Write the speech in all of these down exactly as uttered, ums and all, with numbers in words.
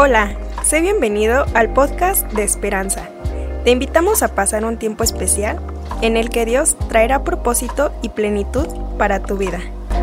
Hola, sé bienvenido al podcast de Esperanza. Te invitamos a pasar un tiempo especial en el que Dios traerá propósito y plenitud para tu vida.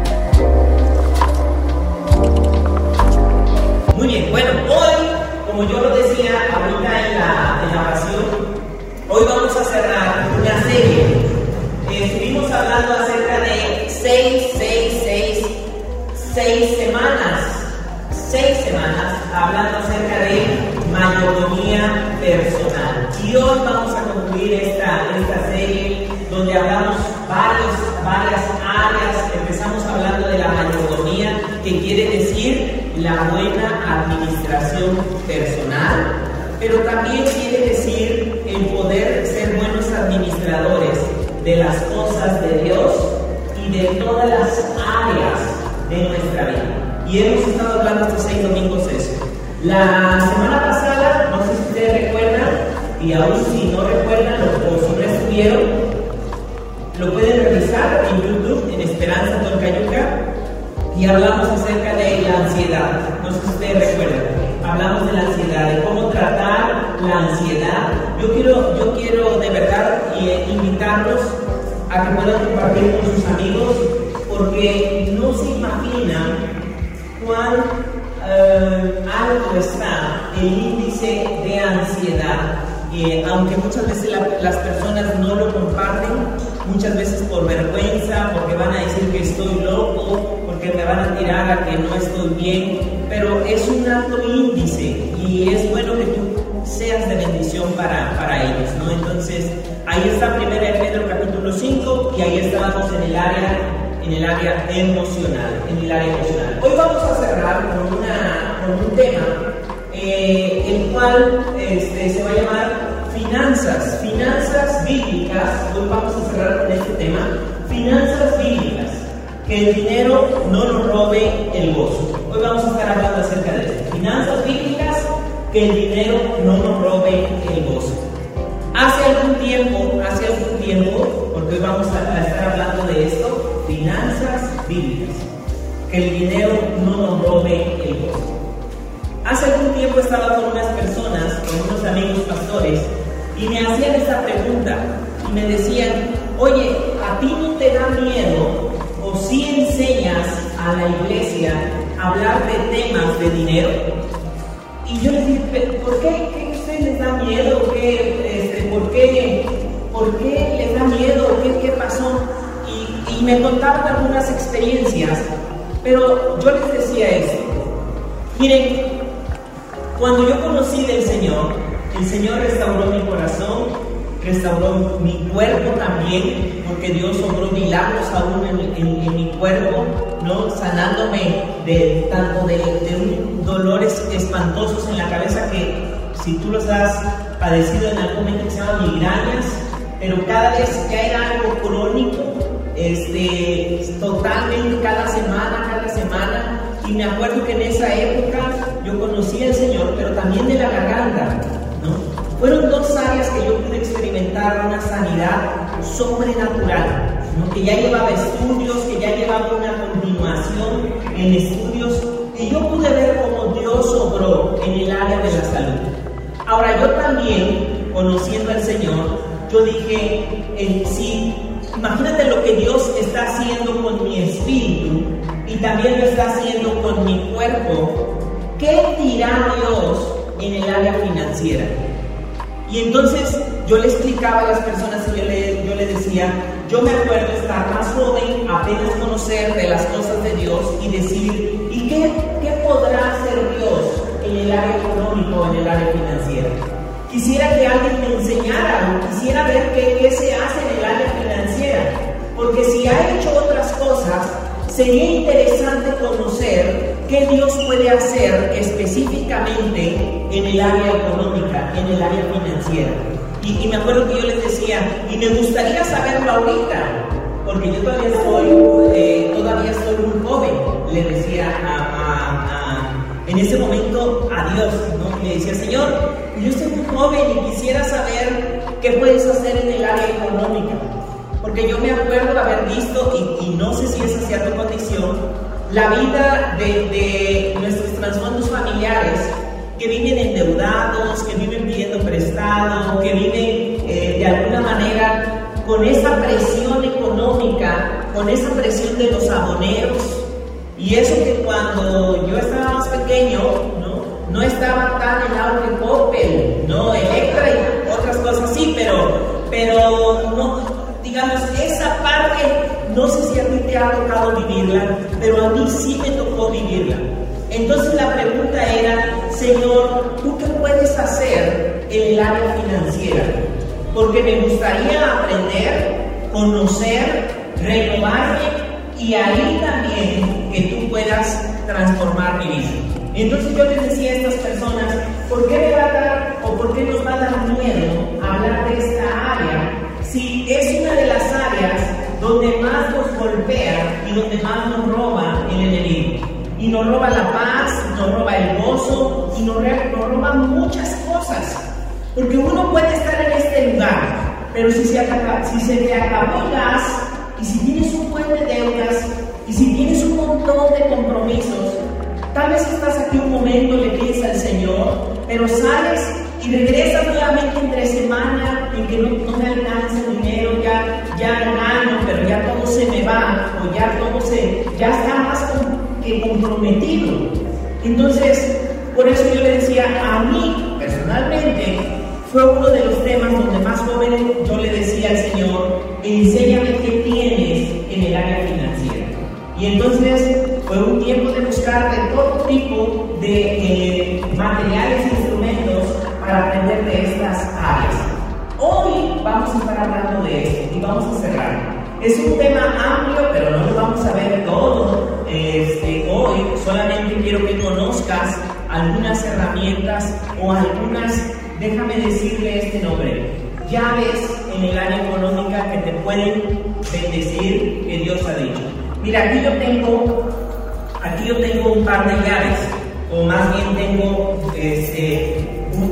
Muy bien, bueno, hoy, como yo lo decía ahorita en la, en la oración, hoy vamos a cerrar una serie. Eh, estuvimos hablando acerca de seis, seis, seis, seis semanas, seis semanas, hablando acerca de mayordomía personal. Y hoy vamos a concluir esta, esta serie donde hablamos varios, varias áreas. Empezamos hablando de la mayordomía, que quiere decir la buena administración personal, pero también quiere decir el poder ser buenos administradores de las cosas de Dios y de todas las áreas de nuestra vida. Y hemos estado hablando estos seis domingos eso. La semana pasada, no sé si ustedes recuerdan, y aún si no recuerdan o si no estuvieron, lo pueden revisar en YouTube, en Esperanza Tolcayuca, y hablamos acerca de la ansiedad. No sé si ustedes recuerdan. Hablamos de la ansiedad, de cómo tratar la ansiedad. Yo quiero, yo quiero de verdad eh, invitarlos a que puedan compartir con sus amigos, porque no se imaginan cuán uh, alto está el índice de ansiedad. Eh, aunque muchas veces la, las personas no lo comparten, muchas veces por vergüenza, porque van a decir que estoy loco, porque me van a tirar a que no estoy bien, pero es un alto índice y es bueno que tú seas de bendición para, para ellos, ¿no? Entonces, ahí está primera de Pedro capítulo cinco y ahí estábamos en el área, en el área emocional, en el área emocional. Hoy vamos a cerrar con, una, con un tema Eh, el cual este, se va a llamar finanzas, finanzas bíblicas. Hoy vamos a cerrar con este tema, finanzas bíblicas, que el dinero no nos robe el gozo. Hoy vamos a estar hablando acerca de esto, finanzas bíblicas, que el dinero no nos robe el gozo. Hace algún tiempo, hace algún tiempo, porque hoy vamos a, a estar hablando de esto, finanzas bíblicas, que el dinero no nos robe el gozo. Hace algún tiempo estaba con unas personas, con unos amigos pastores, y me hacían esta pregunta, y me decían, oye, ¿a ti no te da miedo, o si enseñas a la iglesia a hablar de temas de dinero? Y yo les dije, ¿por qué? ¿Qué a ustedes les da miedo? ¿Qué, este, ¿por, qué, ¿Por qué les da miedo? ¿Qué, qué pasó? Y, y me contaban algunas experiencias, pero yo les decía esto, miren, cuando yo conocí del Señor, el Señor restauró mi corazón, restauró mi cuerpo también, porque Dios obró milagros aún en, en, en mi cuerpo, ¿no? Sanándome de tanto de, de un dolores espantosos en la cabeza que si tú los has padecido en algún momento que se llaman migrañas, pero cada vez ya era algo crónico, este, totalmente cada semana, cada semana. Y me acuerdo que en esa época yo conocí al Señor, pero también de la garganta, ¿no? Fueron dos áreas que yo pude experimentar una sanidad sobrenatural, ¿no? Que ya llevaba estudios, que ya llevaba una continuación en estudios, y yo pude ver cómo Dios obró en el área de la salud. Ahora, yo también, conociendo al Señor, yo dije, eh, sí, imagínate lo que Dios está haciendo con mi espíritu, y también lo está haciendo con mi cuerpo. ¿Qué dirá Dios en el área financiera? Y entonces yo le explicaba a las personas y yo le, yo le decía, yo me acuerdo estar más joven, apenas conocer de las cosas de Dios y decir, ¿y qué, qué podrá hacer Dios en el área económica o en el área financiera? Quisiera que alguien me enseñara, quisiera ver qué, qué se hace en el área financiera, porque si ha hecho otras cosas, sería interesante conocer qué Dios puede hacer específicamente en el área económica, en el área financiera. Y, y me acuerdo que yo les decía, y me gustaría saberlo ahorita, porque yo todavía soy, eh, todavía soy muy joven, le decía a, a, a, en ese momento a Dios, ¿no? Le decía, Señor, yo soy muy joven y quisiera saber qué puedes hacer en el área económica. Porque yo me acuerdo de haber visto, y, y no sé si esa sea tu condición, la vida de, de nuestros trasfondos familiares que viven endeudados, que viven pidiendo prestado, que viven eh, de alguna manera con esa presión económica, con esa presión de los aboneros. Y eso que cuando yo estaba más pequeño, no, no estaba tan en auge Coppel, no Electra y otras cosas así, pero, pero no, digamos, esa parte, no sé si a ti te ha tocado vivirla, pero a mí sí me tocó vivirla. Entonces la pregunta era, Señor, ¿tú qué puedes hacer en el área financiera? Porque me gustaría aprender, conocer, renovarme y ahí también que tú puedas transformar mi vida. Entonces yo les decía a estas personas, ¿por qué me va a dar o por qué nos va a dar miedo hablar de esta área si es una de las áreas donde más nos golpea y donde más nos roba el enemigo? Y nos roba la paz, nos roba el gozo y nos, nos roba muchas cosas. Porque uno puede estar en este lugar, pero si se, acaba, si se te acabó el gas, y si tienes un buen de deudas, y si tienes un montón de compromisos, tal vez estás aquí un momento, le pides al Señor, pero sales y regresas nuevamente entre semana en que no, no me alcanza el dinero, ya, ya no gano, pero ya todo se me va, o ya todo se, ya está más que comprometido. Entonces, por eso yo le decía, a mí personalmente, fue uno de los temas donde más joven yo le decía al Señor, enséñame qué tienes en el área financiera. Y entonces fue un tiempo de buscar de todo tipo de eh, materiales e instrumentos para aprender de estas áreas. Hoy vamos a estar hablando de esto y vamos a cerrar. Es un tema amplio, pero no lo vamos a ver todo este, hoy. Solamente quiero que conozcas algunas herramientas o algunas, déjame decirle este nombre, llaves en el área económica que te pueden bendecir, que Dios ha dicho. Mira, aquí yo tengo, aquí yo tengo un par de llaves, o más bien tengo este, un,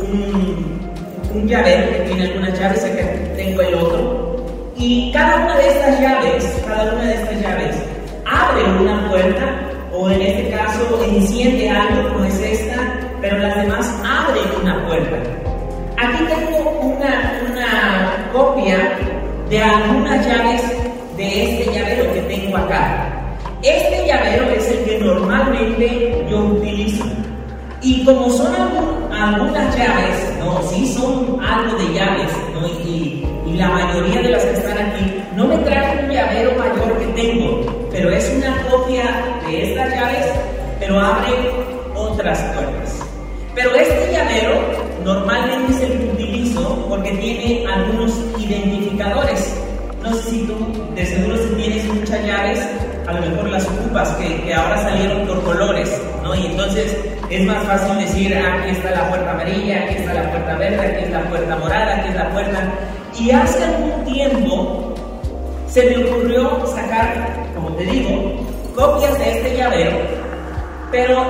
un, un llavero que tiene algunas llaves, acá tengo el otro, y cada una de estas llaves, cada una de estas llaves abre una puerta, o en este caso enciende algo como es esta, pero las demás abren una puerta. Aquí tengo una, una copia de algunas llaves de este llavero que tengo acá. Este llavero es el que normalmente yo utilizo. Y como son algún, algunas llaves, no, sí son algo de llaves, ¿no? y, y la mayoría de las que están aquí, no me traje un llavero mayor que tengo, pero es una copia de estas llaves, pero abre otras puertas. Pero este llavero normalmente es el que utilizo porque tiene algunos identificadores. No sé si tú, de seguro si tienes muchas llaves, a lo mejor las ocupas, que, que ahora salieron por colores, ¿no? Y entonces es más fácil decir, ah, aquí está la puerta amarilla, aquí está la puerta verde, aquí es la puerta morada, aquí es la puerta... Y hace algún tiempo se me ocurrió sacar, como te digo, copias de este llavero, pero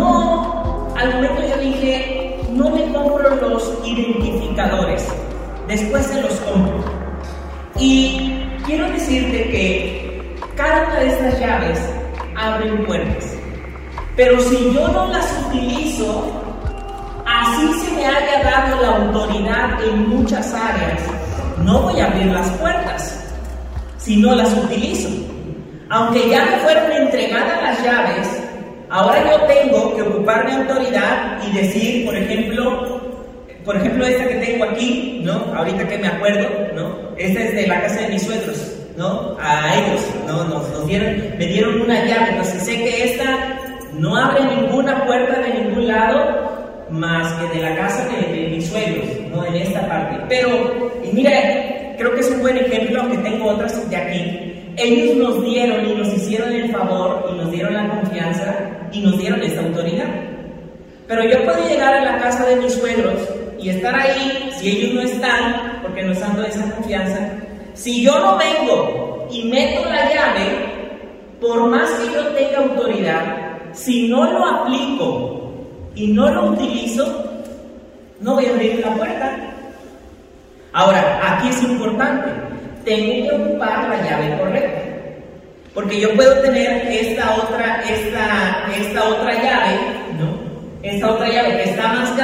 no, al momento yo dije, no me compro los identificadores, después se los compro. Y quiero decirte que cada una de estas llaves abren puertas, pero si yo no las utilizo, así se me haya dado la autoridad en muchas áreas, no voy a abrir las puertas si no las utilizo. Aunque ya me fueron entregadas las llaves, ahora yo tengo que ocupar mi autoridad y decir, por ejemplo, por ejemplo esta que tengo aquí, ¿no? Ahorita que me acuerdo, ¿no? Esta es de la casa de mis suegros, ¿no? A ellos, ¿no? Nos, nos dieron, me dieron una llave, entonces sé que esta no abre ninguna puerta de ningún lado más que de la casa de, de mis suegros, ¿no? En esta parte. Pero, y mira, creo que es un buen ejemplo, aunque tengo otras de aquí. Ellos nos dieron y nos hicieron el favor y nos dieron la confianza y nos dieron esta autoridad. Pero yo puedo llegar a la casa de mis suegros y estar ahí, si ellos no están, porque nos han dado esa confianza. Si yo no vengo y meto la llave, por más que yo tenga autoridad, si no lo aplico y no lo utilizo, no voy a abrir la puerta. Ahora, aquí es importante, tengo que ocupar la llave correcta, porque yo puedo tener esta otra, esta, esta otra llave, ¿no? Esta otra llave que está más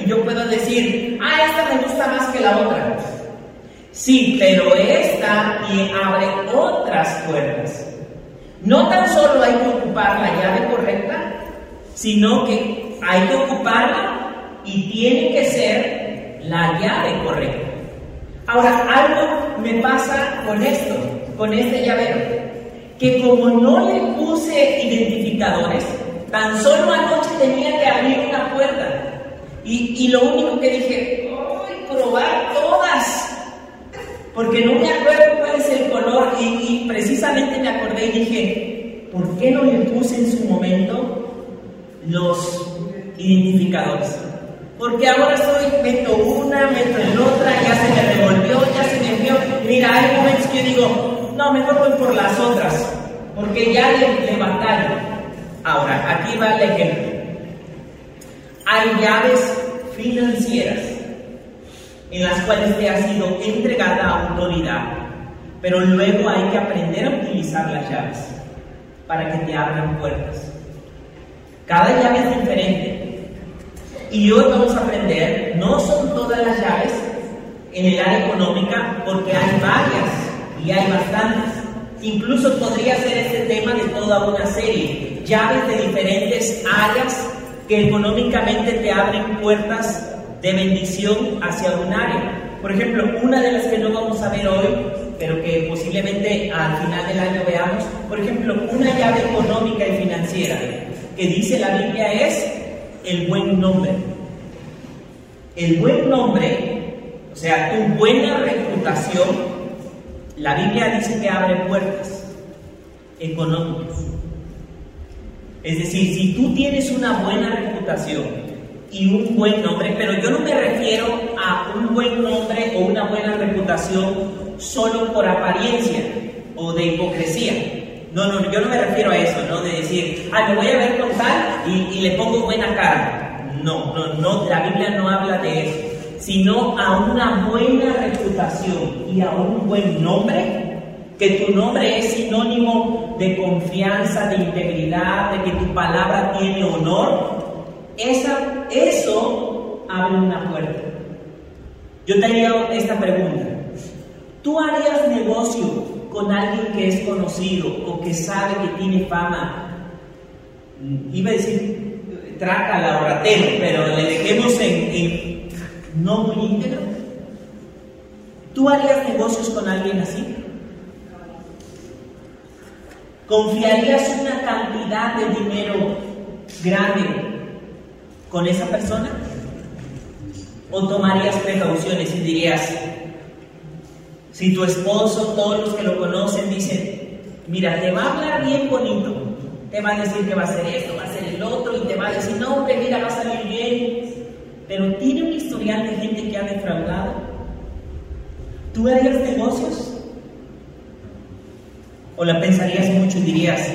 Y yo puedo decir, ah, esta me gusta más que la otra. Sí, pero esta y abre otras puertas. No tan solo hay que ocupar la llave correcta, sino que hay que ocuparla y tiene que ser la llave correcta. Ahora, algo me pasa con esto, con este llavero, que como no le puse identificadores, tan solo anoche tenía que abrir una puerta. Y, y lo único que dije, ¡ay, probar todas! Porque no me acuerdo cuál es el color y, y precisamente me acordé y dije, ¿por qué no le puse en su momento los identificadores? Porque ahora estoy, meto una, meto en otra, ya se me revolvió, ya se me envió. Mira, hay momentos que yo digo, no, mejor voy por las otras, porque ya le, le batallo. Ahora, aquí va el ejemplo. Hay llaves financieras en las cuales te ha sido entregada autoridad, pero luego hay que aprender a utilizar las llaves para que te abran puertas. Cada llave es diferente. Y hoy vamos a aprender, no son todas las llaves en el área económica, porque hay varias y hay bastantes. Incluso podría ser este tema de toda una serie, llaves de diferentes áreas que económicamente te abren puertas de bendición hacia un área. Por ejemplo, una de las que no vamos a ver hoy, pero que posiblemente al final del año veamos, por ejemplo, una llave económica y financiera que dice la Biblia es el buen nombre. El buen nombre, o sea, tu buena reputación, la Biblia dice que abre puertas económicas. Es decir, si tú tienes una buena reputación y un buen nombre, pero yo no me refiero a un buen nombre o una buena reputación solo por apariencia o de hipocresía. No, no, yo no me refiero a eso, ¿no? De decir, ah, me voy a ver con tal y, y le pongo buena cara. No, no, no, la Biblia no habla de eso, sino a una buena reputación y a un buen nombre, que tu nombre es sinónimo de confianza, de integridad, de que tu palabra tiene honor. Esa, eso abre una puerta. Yo te haría esta pregunta. ¿Tú harías negocio con alguien que es conocido o que sabe que tiene fama? Iba a decir trácala o ratero, pero le dejemos en, en no muy íntegro. ¿Tú harías negocios con alguien así? ¿Confiarías una cantidad de dinero grande con esa persona? ¿O tomarías precauciones y dirías, si tu esposo, todos los que lo conocen dicen, mira, te va a hablar bien bonito, te va a decir que va a hacer esto, va a hacer el otro, y te va a decir, no, hombre, mira, va a salir bien, pero tiene un historial de gente que ha defraudado? ¿Tú harías negocios? ¿O la pensarías mucho y dirías,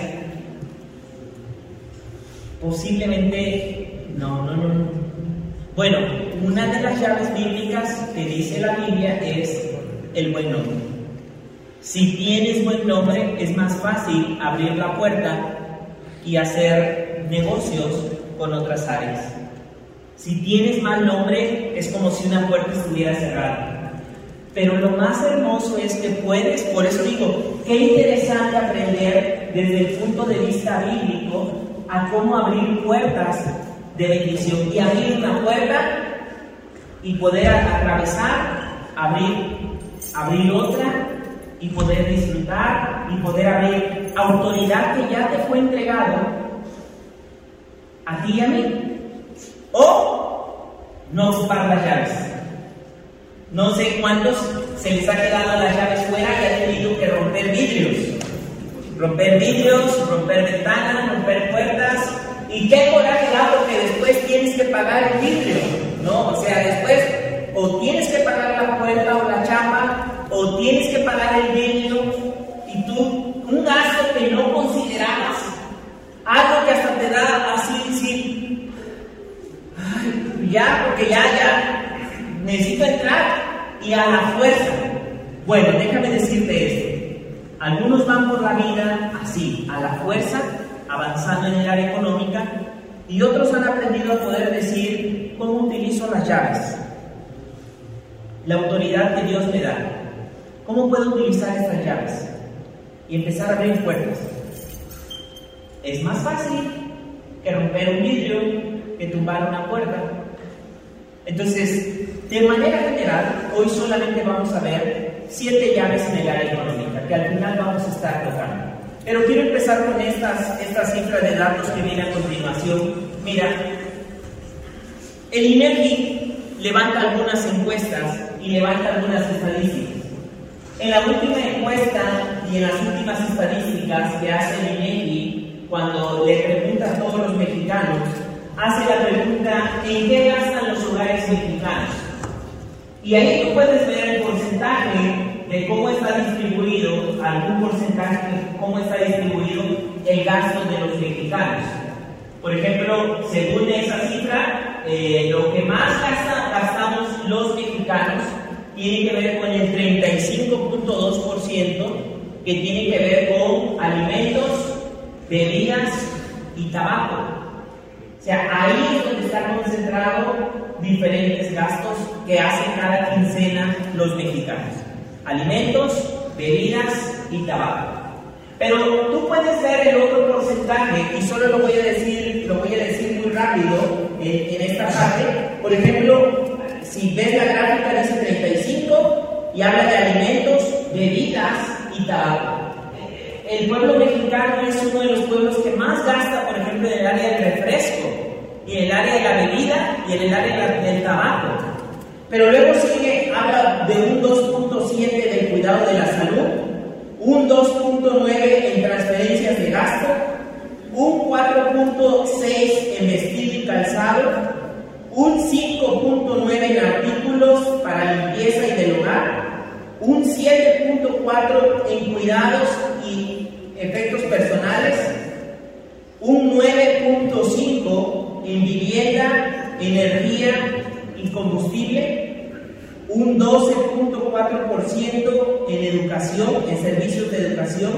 posiblemente, no, no, no, no? Bueno, una de las llaves bíblicas que dice la Biblia es el buen nombre. Si tienes buen nombre, es más fácil abrir la puerta y hacer negocios con otras áreas. Si tienes mal nombre, es como si una puerta estuviera cerrada. Pero lo más hermoso es que puedes, por eso digo, qué interesante aprender desde el punto de vista bíblico a cómo abrir puertas de bendición y abrir una puerta y poder atravesar, abrir, abrir otra y poder disfrutar y poder abrir autoridad que ya te fue entregado a ti y a mí, o no ocupar las llaves. No sé cuántos se les ha quedado las llaves fuera y han tenido que romper vidrios. Romper vidrios, romper ventanas, romper puertas. Y qué coraje da, porque después tienes que pagar el vidrio, ¿no? O sea, después o tienes que pagar la puerta o la chapa, o tienes que pagar el vidrio, y tú, un gasto que no considerabas, algo que hasta te da así, sí, ay, ya, porque ya, ya. Necesito entrar y a la fuerza. Bueno, déjame decirte esto. Algunos van por la vida así, a la fuerza, avanzando en el área económica, y otros han aprendido a poder decir cómo utilizo las llaves llaves, la autoridad que Dios me da, ¿cómo puedo utilizar estas llaves y empezar a abrir puertas? Es más fácil que romper un vidrio, que tumbar una puerta. Entonces, de manera general, hoy solamente vamos a ver siete llaves en el área económica, que al final vamos a estar tocando. Pero quiero empezar con estas, estas cifras de datos que vienen a continuación. Mira, el INEGI levanta algunas encuestas y levanta algunas estadísticas. En la última encuesta y en las últimas estadísticas que hace el INEGI, cuando le pregunta a todos los mexicanos, hace la pregunta: ¿en qué gastan los hogares mexicanos? Y ahí tú puedes ver el porcentaje de cómo está distribuido, algún porcentaje de cómo está distribuido el gasto de los mexicanos. Por ejemplo, según esa cifra, eh, lo que más gasta, gastamos los mexicanos tiene que ver con el treinta y cinco punto dos por ciento, que tiene que ver con alimentos, bebidas y tabaco. O sea, ahí es donde está concentrado diferentes gastos que hacen cada quincena los mexicanos: alimentos, bebidas y tabaco. Pero tú puedes ver el otro porcentaje, y solo lo voy a decir, lo voy a decir muy rápido en, en esta parte. Por ejemplo, si ves la gráfica, dice treinta y cinco y habla de alimentos, bebidas y tabaco. El pueblo mexicano es uno de los pueblos que más gasta, por ejemplo, en el área del refresco, y en el área de la bebida, y en el área del tabaco. Pero luego sigue, habla de un dos punto siete del cuidado de la salud, un dos punto nueve en transferencias de gasto, un cuatro punto seis en vestido y calzado, un cinco punto nueve en artículos para limpieza y del hogar, un siete punto cuatro en cuidados y efectos personales, un nueve punto cinco en vivienda, energía y combustible, un doce punto cuatro por ciento en educación, en servicios de educación,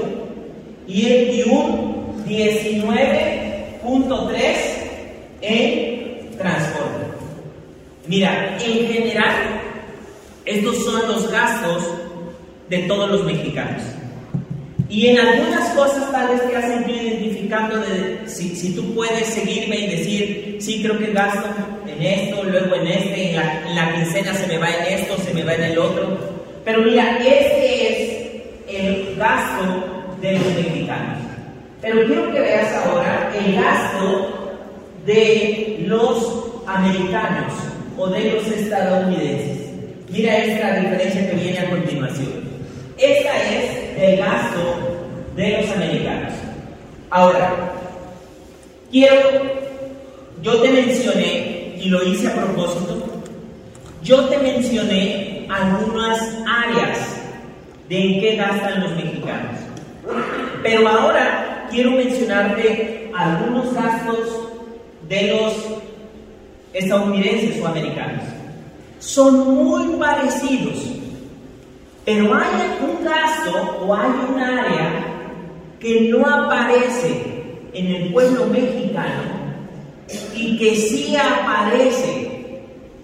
y un diecinueve punto tres por ciento en transporte. Mira, en general, estos son los gastos de todos los mexicanos. Y en algunas cosas tal vez te has sentido identificando de si, si tú puedes seguirme y decir: sí, creo que gasto en esto, luego en este, en la, en la quincena se me va en esto, se me va en el otro. Pero mira, este es el gasto de los mexicanos. Pero quiero que veas ahora el gasto de los americanos o de los estadounidenses. Mira esta diferencia que viene a continuación. Esta es el gasto de los americanos. Ahora, quiero, yo te mencioné, y lo hice a propósito, yo te mencioné algunas áreas de en qué gastan los mexicanos. Pero ahora quiero mencionarte algunos gastos de los estadounidenses o americanos. Son muy parecidos, pero hay un gasto o hay un área que no aparece en el pueblo mexicano y que sí aparece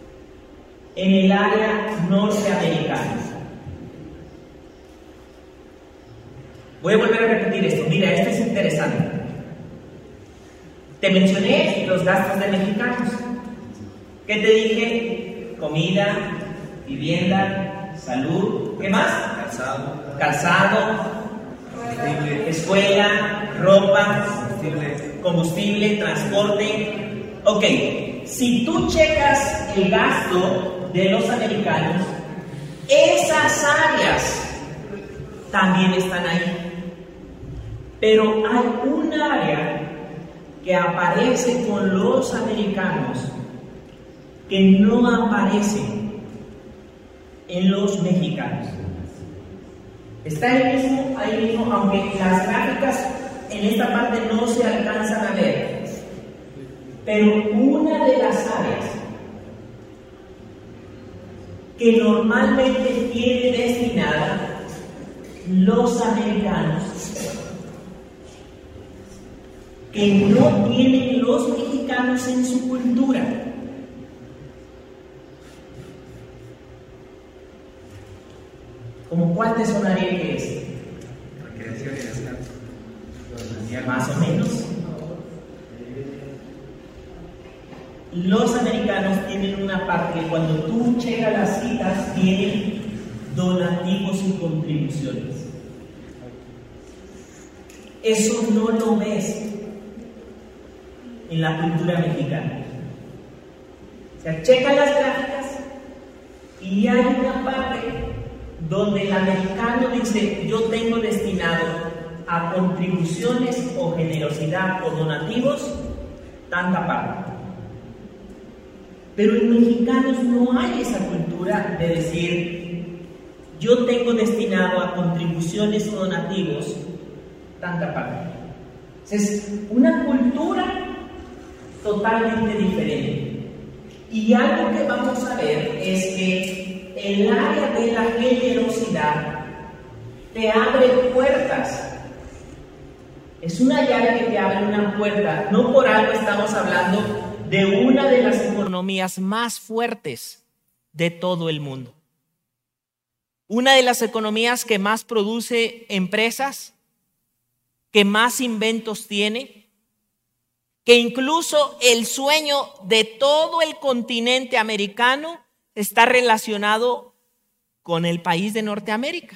en el área norteamericana. Voy a volver a repetir esto. Mira, esto es interesante. Te mencioné los gastos de mexicanos. ¿Qué te dije? Comida, vivienda, salud, ¿qué más? Calzado. Calzado, Combustible. escuela, ropa, Combustible. combustible, transporte. Ok, si tú checas el gasto de los americanos, esas áreas también están ahí. Pero hay un área que aparece con los americanos que no aparece en los mexicanos. Está ahí mismo, ahí mismo, aunque las gráficas en esta parte no se alcanzan a ver. Pero una de las áreas que normalmente tiene destinada los americanos, que no tienen los mexicanos en su cultura, ¿Cómo cuál te sonaría que es? Recreación y descanso. Más o menos. Los americanos tienen una parte que cuando tú checas las citas tienen donativos y contribuciones. Eso no lo ves en la cultura mexicana. O sea, checa las gráficas y hay una parte donde el americano dice: yo tengo destinado a contribuciones o generosidad o donativos tanta parte. Pero en mexicanos no hay esa cultura de decir: yo tengo destinado a contribuciones o donativos tanta parte. Es una cultura totalmente diferente. Y algo que vamos a ver es que el área de la generosidad te abre puertas. Es una llave que te abre una puerta. No por algo estamos hablando de una de las economías más fuertes de todo el mundo. Una de las economías que más produce empresas, que más inventos tiene, que incluso el sueño de todo el continente americano está relacionado con el país de Norteamérica.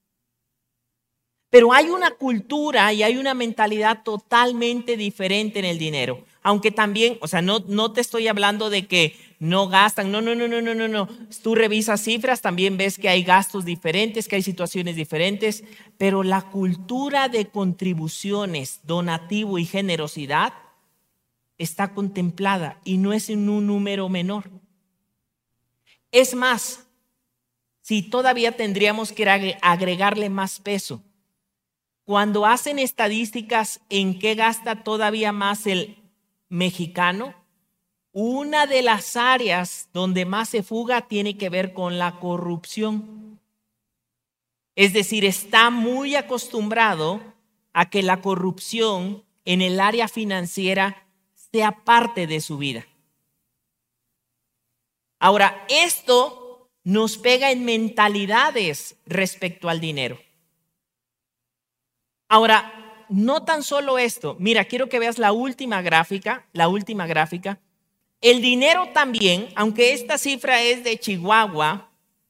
Pero hay una cultura y hay una mentalidad totalmente diferente en el dinero. Aunque también, o sea, no, no te estoy hablando de que no gastan, no, no, no, no, no, no, no. Tú revisas cifras, también ves que hay gastos diferentes, que hay situaciones diferentes, pero la cultura de contribuciones, donativo y generosidad está contemplada y no es en un número menor. Es más, si todavía tendríamos que agregarle más peso, cuando hacen estadísticas en qué gasta todavía más el mexicano, una de las áreas donde más se fuga tiene que ver con la corrupción. Es decir, está muy acostumbrado a que la corrupción en el área financiera sea parte de su vida. Ahora, esto nos pega en mentalidades respecto al dinero. Ahora, no tan solo esto. Mira, quiero que veas la última gráfica, la última gráfica. El dinero también, aunque esta cifra es de Chihuahua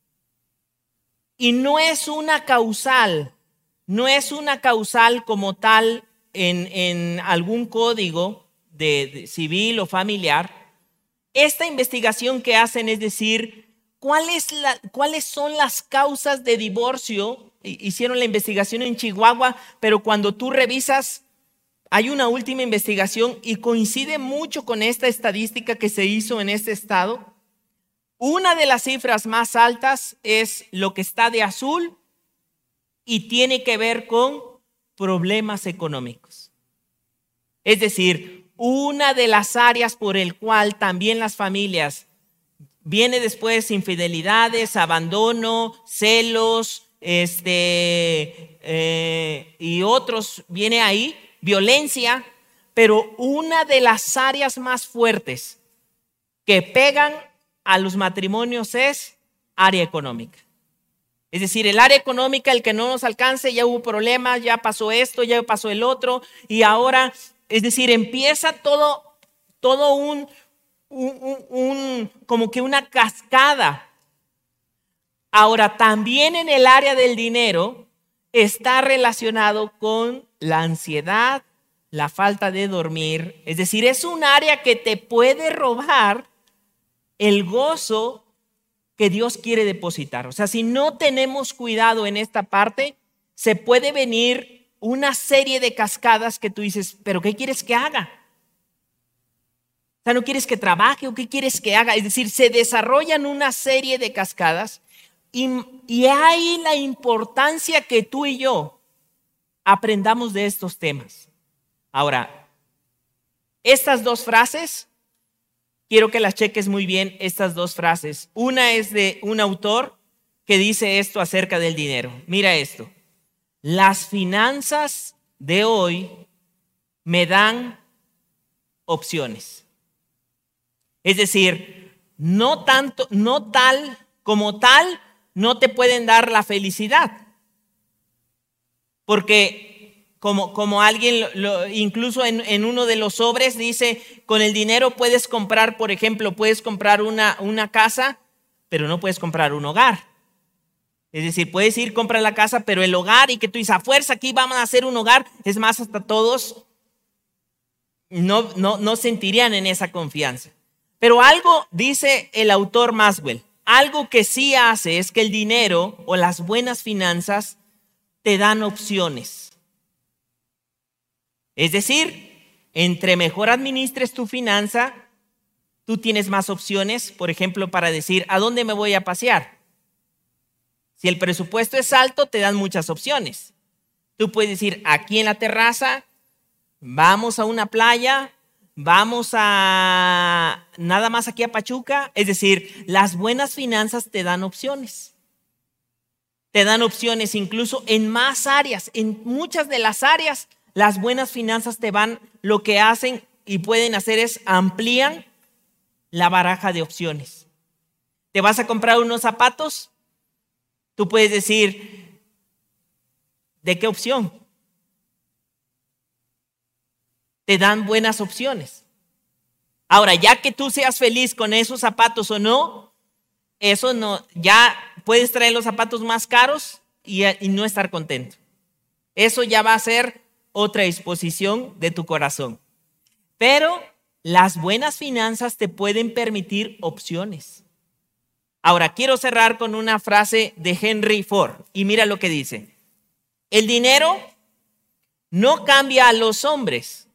y no es una causal, no es una causal como tal en, en algún código de, de civil o familiar. Esta investigación que hacen es decir, ¿cuál es la, ¿cuáles son las causas de divorcio? Hicieron la investigación en Chihuahua, pero cuando tú revisas, hay una última investigación y coincide mucho con esta estadística que se hizo en este estado. Una de las cifras más altas es lo que está de azul y tiene que ver con problemas económicos. Es decir, una de las áreas por el cual también las familias viene después infidelidades, abandono, celos, este eh, y otros viene ahí, violencia, pero una de las áreas más fuertes que pegan a los matrimonios es área económica. Es decir, el área económica, el que no nos alcance, ya hubo problemas, ya pasó esto, ya pasó el otro, y ahora, es decir, empieza todo, todo un, un, un, un como que una cascada. Ahora, también en el área del dinero está relacionado con la ansiedad, la falta de dormir. Es decir, es un área que te puede robar el gozo que Dios quiere depositar. O sea, si no tenemos cuidado en esta parte, se puede venir una serie de cascadas que tú dices, ¿pero qué quieres que haga? O sea, ¿no quieres que trabaje o qué quieres que haga? Es decir, se desarrollan una serie de cascadas. Y, y hay la importancia que tú y yo aprendamos de estos temas. Ahora, estas dos frases, quiero que las cheques muy bien, estas dos frases. Una es de un autor que dice esto acerca del dinero. Mira esto. Las finanzas de hoy me dan opciones. Es decir, no tanto, no tal como tal, no te pueden dar la felicidad. Porque como, como alguien, lo, lo, incluso en, en uno de los sobres dice, con el dinero puedes comprar, por ejemplo, puedes comprar una, una casa, pero no puedes comprar un hogar. Es decir, puedes ir, comprar la casa, pero el hogar, y que tú dices, a fuerza aquí vamos a hacer un hogar, es más, hasta todos no, no, no sentirían en esa confianza. Pero algo, dice el autor Maxwell, algo que sí hace es que el dinero o las buenas finanzas te dan opciones. Es decir, entre mejor administres tu finanza, tú tienes más opciones, por ejemplo, para decir, ¿a dónde me voy a pasear? Si el presupuesto es alto, te dan muchas opciones. Tú puedes decir, aquí en la terraza, vamos a una playa, vamos a nada más aquí a Pachuca. Es decir, las buenas finanzas te dan opciones. Te dan opciones incluso en más áreas. En muchas de las áreas, las buenas finanzas te van, lo que hacen y pueden hacer es amplían la baraja de opciones. ¿Te vas a comprar unos zapatos? Tú puedes decir, ¿de qué opción? Te dan buenas opciones. Ahora, ya que tú seas feliz con esos zapatos o no, eso no, ya puedes traer los zapatos más caros y, y no estar contento. Eso ya va a ser otra disposición de tu corazón. Pero las buenas finanzas te pueden permitir opciones. Ahora, quiero cerrar con una frase de Henry Ford y mira lo que dice. El dinero no cambia a los hombres,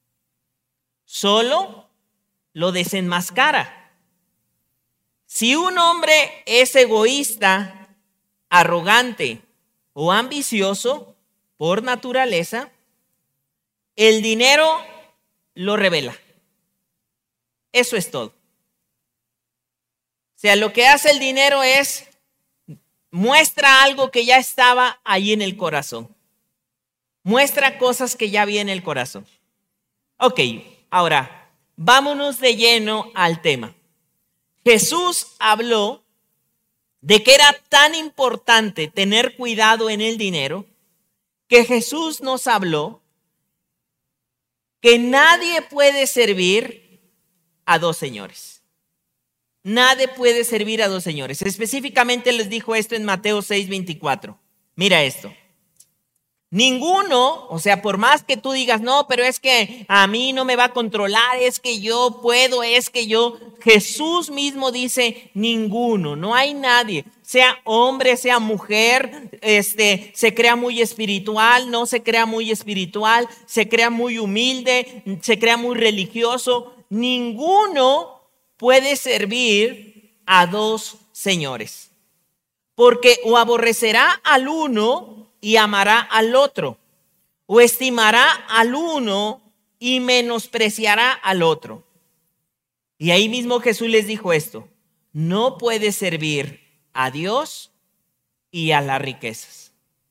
solo lo desenmascara. Si un hombre es egoísta, arrogante o ambicioso por naturaleza, el dinero lo revela. Eso es todo. O sea, lo que hace el dinero es muestra algo que ya estaba ahí en el corazón. Muestra cosas que ya había en el corazón. Ok, ahora vámonos de lleno al tema. Jesús habló de que era tan importante tener cuidado en el dinero que Jesús nos habló que nadie puede servir a dos señores. Nadie puede servir a dos señores. Específicamente les dijo esto en Mateo seis veinticuatro. Mira esto. Ninguno, o sea, por más que tú digas, no, pero es que a mí no me va a controlar, es que yo puedo, es que yo, Jesús mismo dice, ninguno, no hay nadie, sea hombre, sea mujer, este, se crea muy espiritual, no se crea muy espiritual, se crea muy humilde, se crea muy religioso, ninguno puede servir a dos señores, porque o aborrecerá al uno y amará al otro, o estimará al uno y menospreciará al otro. Y ahí mismo Jesús les dijo esto: no puede servir a Dios y a las riquezas.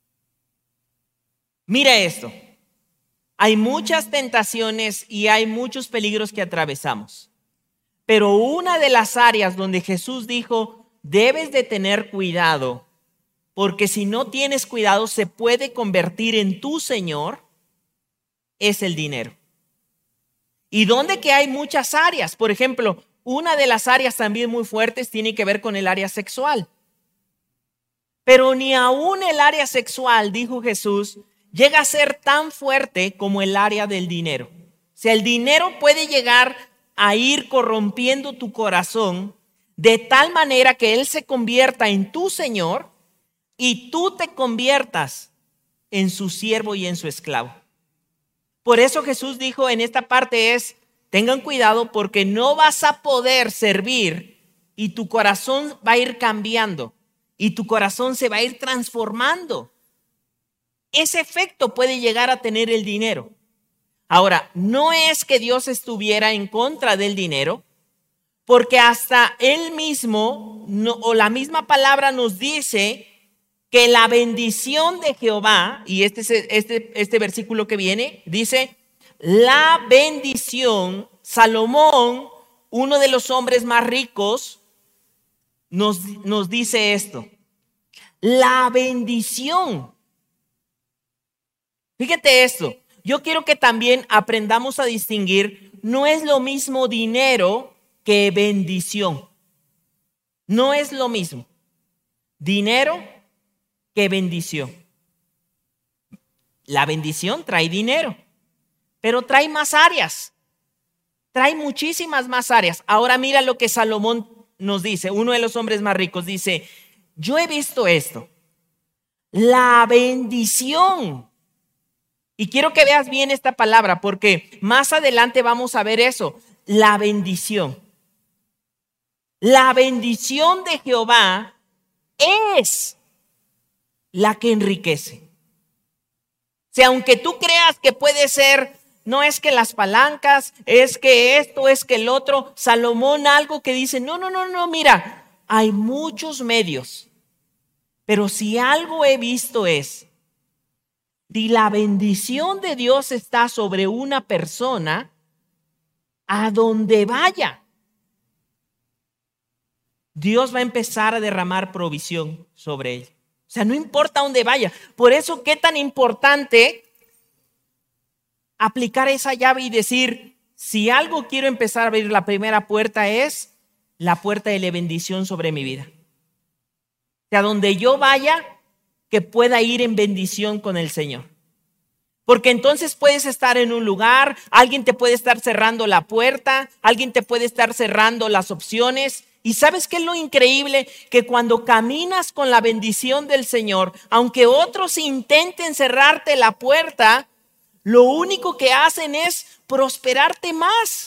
Mira esto, hay muchas tentaciones y hay muchos peligros que atravesamos. Pero una de las áreas donde Jesús dijo, debes de tener cuidado, porque si no tienes cuidado se puede convertir en tu Señor, es el dinero. Y donde que hay muchas áreas, por ejemplo, una de las áreas también muy fuertes tiene que ver con el área sexual. Pero ni aún el área sexual, dijo Jesús, llega a ser tan fuerte como el área del dinero. O sea, el dinero puede llegar a ir corrompiendo tu corazón de tal manera que Él se convierta en tu Señor y tú te conviertas en su siervo y en su esclavo. Por eso Jesús dijo en esta parte es, tengan cuidado porque no vas a poder servir y tu corazón va a ir cambiando y tu corazón se va a ir transformando. Ese efecto puede llegar a tener el dinero. Ahora, no es que Dios estuviera en contra del dinero, porque hasta Él mismo, no, o la misma palabra nos dice que la bendición de Jehová, y este, este, este versículo que viene, dice, la bendición, Salomón, uno de los hombres más ricos, nos, nos dice esto. la bendición. Fíjate esto, yo quiero que también aprendamos a distinguir, no es lo mismo dinero que bendición. No es lo mismo dinero que bendición. La bendición trae dinero, pero trae más áreas. Trae muchísimas más áreas. Ahora mira lo que Salomón nos dice, uno de los hombres más ricos, dice, yo he visto esto, la bendición. Y quiero que veas bien esta palabra, porque más adelante vamos a ver eso, la bendición. La bendición de Jehová es la que enriquece. O sea, aunque tú creas que puede ser, no es que las palancas, es que esto, es que el otro, Salomón algo que dice, no, no, no, no, mira, hay muchos medios, pero si algo he visto es, si la bendición de Dios está sobre una persona, a donde vaya, Dios va a empezar a derramar provisión sobre ella. O sea, no importa dónde vaya. Por eso, qué tan importante aplicar esa llave y decir, si algo quiero empezar a abrir, la primera puerta es la puerta de la bendición sobre mi vida. O sea, donde yo vaya, que pueda ir en bendición con el Señor. Porque entonces puedes estar en un lugar, alguien te puede estar cerrando la puerta, alguien te puede estar cerrando las opciones. ¿Y sabes qué es lo increíble? Que cuando caminas con la bendición del Señor, aunque otros intenten cerrarte la puerta, lo único que hacen es prosperarte más.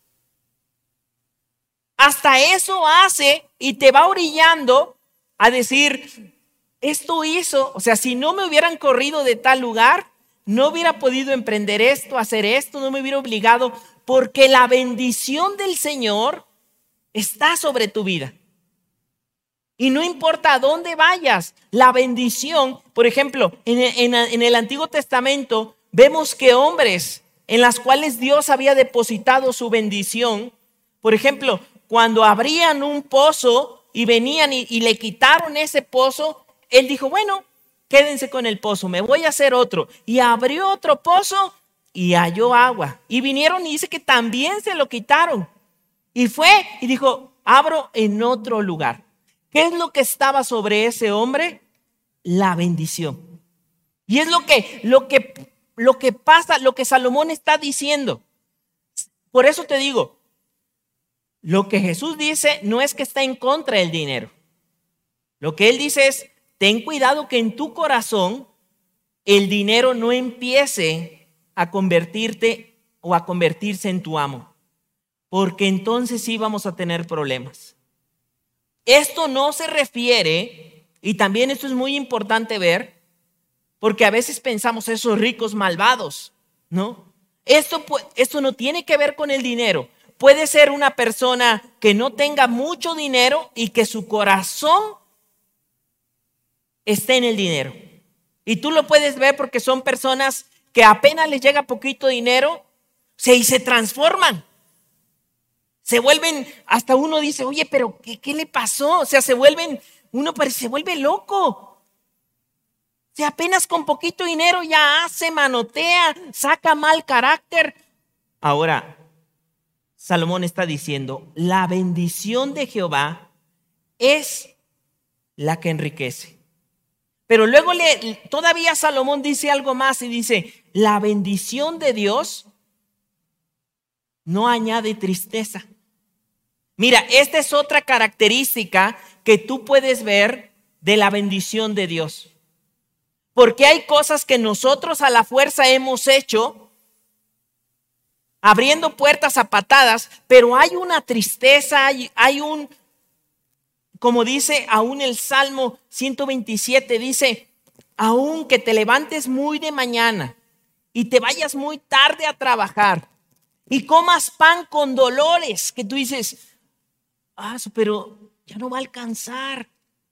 Hasta eso hace y te va orillando a decir, esto hizo, o sea, si no me hubieran corrido de tal lugar, no hubiera podido emprender esto, hacer esto, no me hubiera obligado, porque la bendición del Señor está sobre tu vida. Y no importa a dónde vayas, la bendición, por ejemplo, en, en, en el Antiguo Testamento vemos que hombres en las cuales Dios había depositado su bendición, por ejemplo, cuando abrían un pozo y venían y, y le quitaron ese pozo, él dijo, bueno, quédense con el pozo, me voy a hacer otro. Y abrió otro pozo y halló agua. Y vinieron y dice que también se lo quitaron. Y fue y dijo, abro en otro lugar. ¿Qué es lo que estaba sobre ese hombre? La bendición. Y es lo que, lo que, lo que pasa, lo que Salomón está diciendo. Por eso te digo, lo que Jesús dice no es que está en contra del dinero. Lo que él dice es, ten cuidado que en tu corazón el dinero no empiece a convertirte o a convertirse en tu amo. Porque entonces sí vamos a tener problemas. Esto no se refiere, y también esto es muy importante ver, porque a veces pensamos esos ricos malvados, ¿no? Esto, esto no tiene que ver con el dinero. Puede ser una persona que no tenga mucho dinero y que su corazón esté en el dinero. Y tú lo puedes ver porque son personas que apenas les llega poquito dinero, se, y se transforman. Se vuelven, hasta uno dice, oye, pero ¿qué, qué le pasó? O sea, se vuelven, uno parece, se vuelve loco. O sea, apenas con poquito dinero ya hace, manotea, saca mal carácter. Ahora, Salomón está diciendo, la bendición de Jehová es la que enriquece. Pero luego le, todavía Salomón dice algo más y dice, la bendición de Dios no añade tristeza. Mira, esta es otra característica que tú puedes ver de la bendición de Dios. Porque hay cosas que nosotros a la fuerza hemos hecho, abriendo puertas a patadas, pero hay una tristeza, hay, hay un, como dice aún el Salmo ciento veintisiete, dice, aun que te levantes muy de mañana y te vayas muy tarde a trabajar y comas pan con dolores, que tú dices, ah, pero ya no va a alcanzar.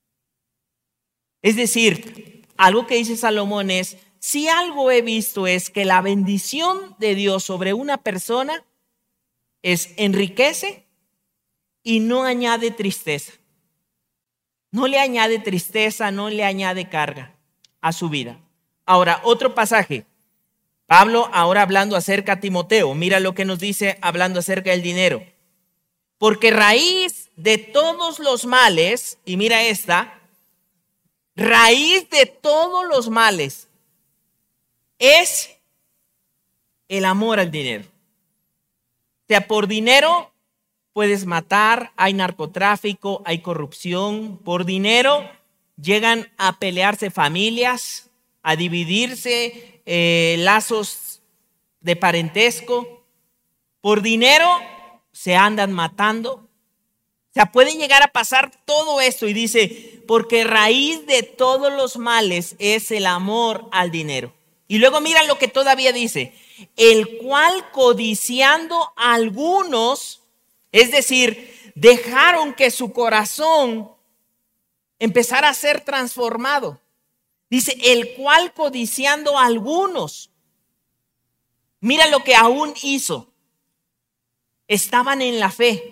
Es decir, algo que dice Salomón es, si algo he visto es que la bendición de Dios sobre una persona es enriquece y no añade tristeza. No le añade tristeza, no le añade carga a su vida. Ahora, otro pasaje. Pablo ahora hablando acerca de Timoteo. Mira lo que nos dice hablando acerca del dinero. Porque raíz de todos los males, y mira esta, raíz de todos los males es el amor al dinero. O sea, por dinero puedes matar, hay narcotráfico, hay corrupción. Por dinero llegan a pelearse familias, a dividirse eh, lazos de parentesco. Por dinero se andan matando. O sea, puede llegar a pasar todo esto y dice, porque raíz de todos los males es el amor al dinero. Y luego mira lo que todavía dice, el cual codiciando a algunos, es decir, dejaron que su corazón empezara a ser transformado. Dice, el cual codiciando a algunos, mira lo que aún hizo, estaban en la fe.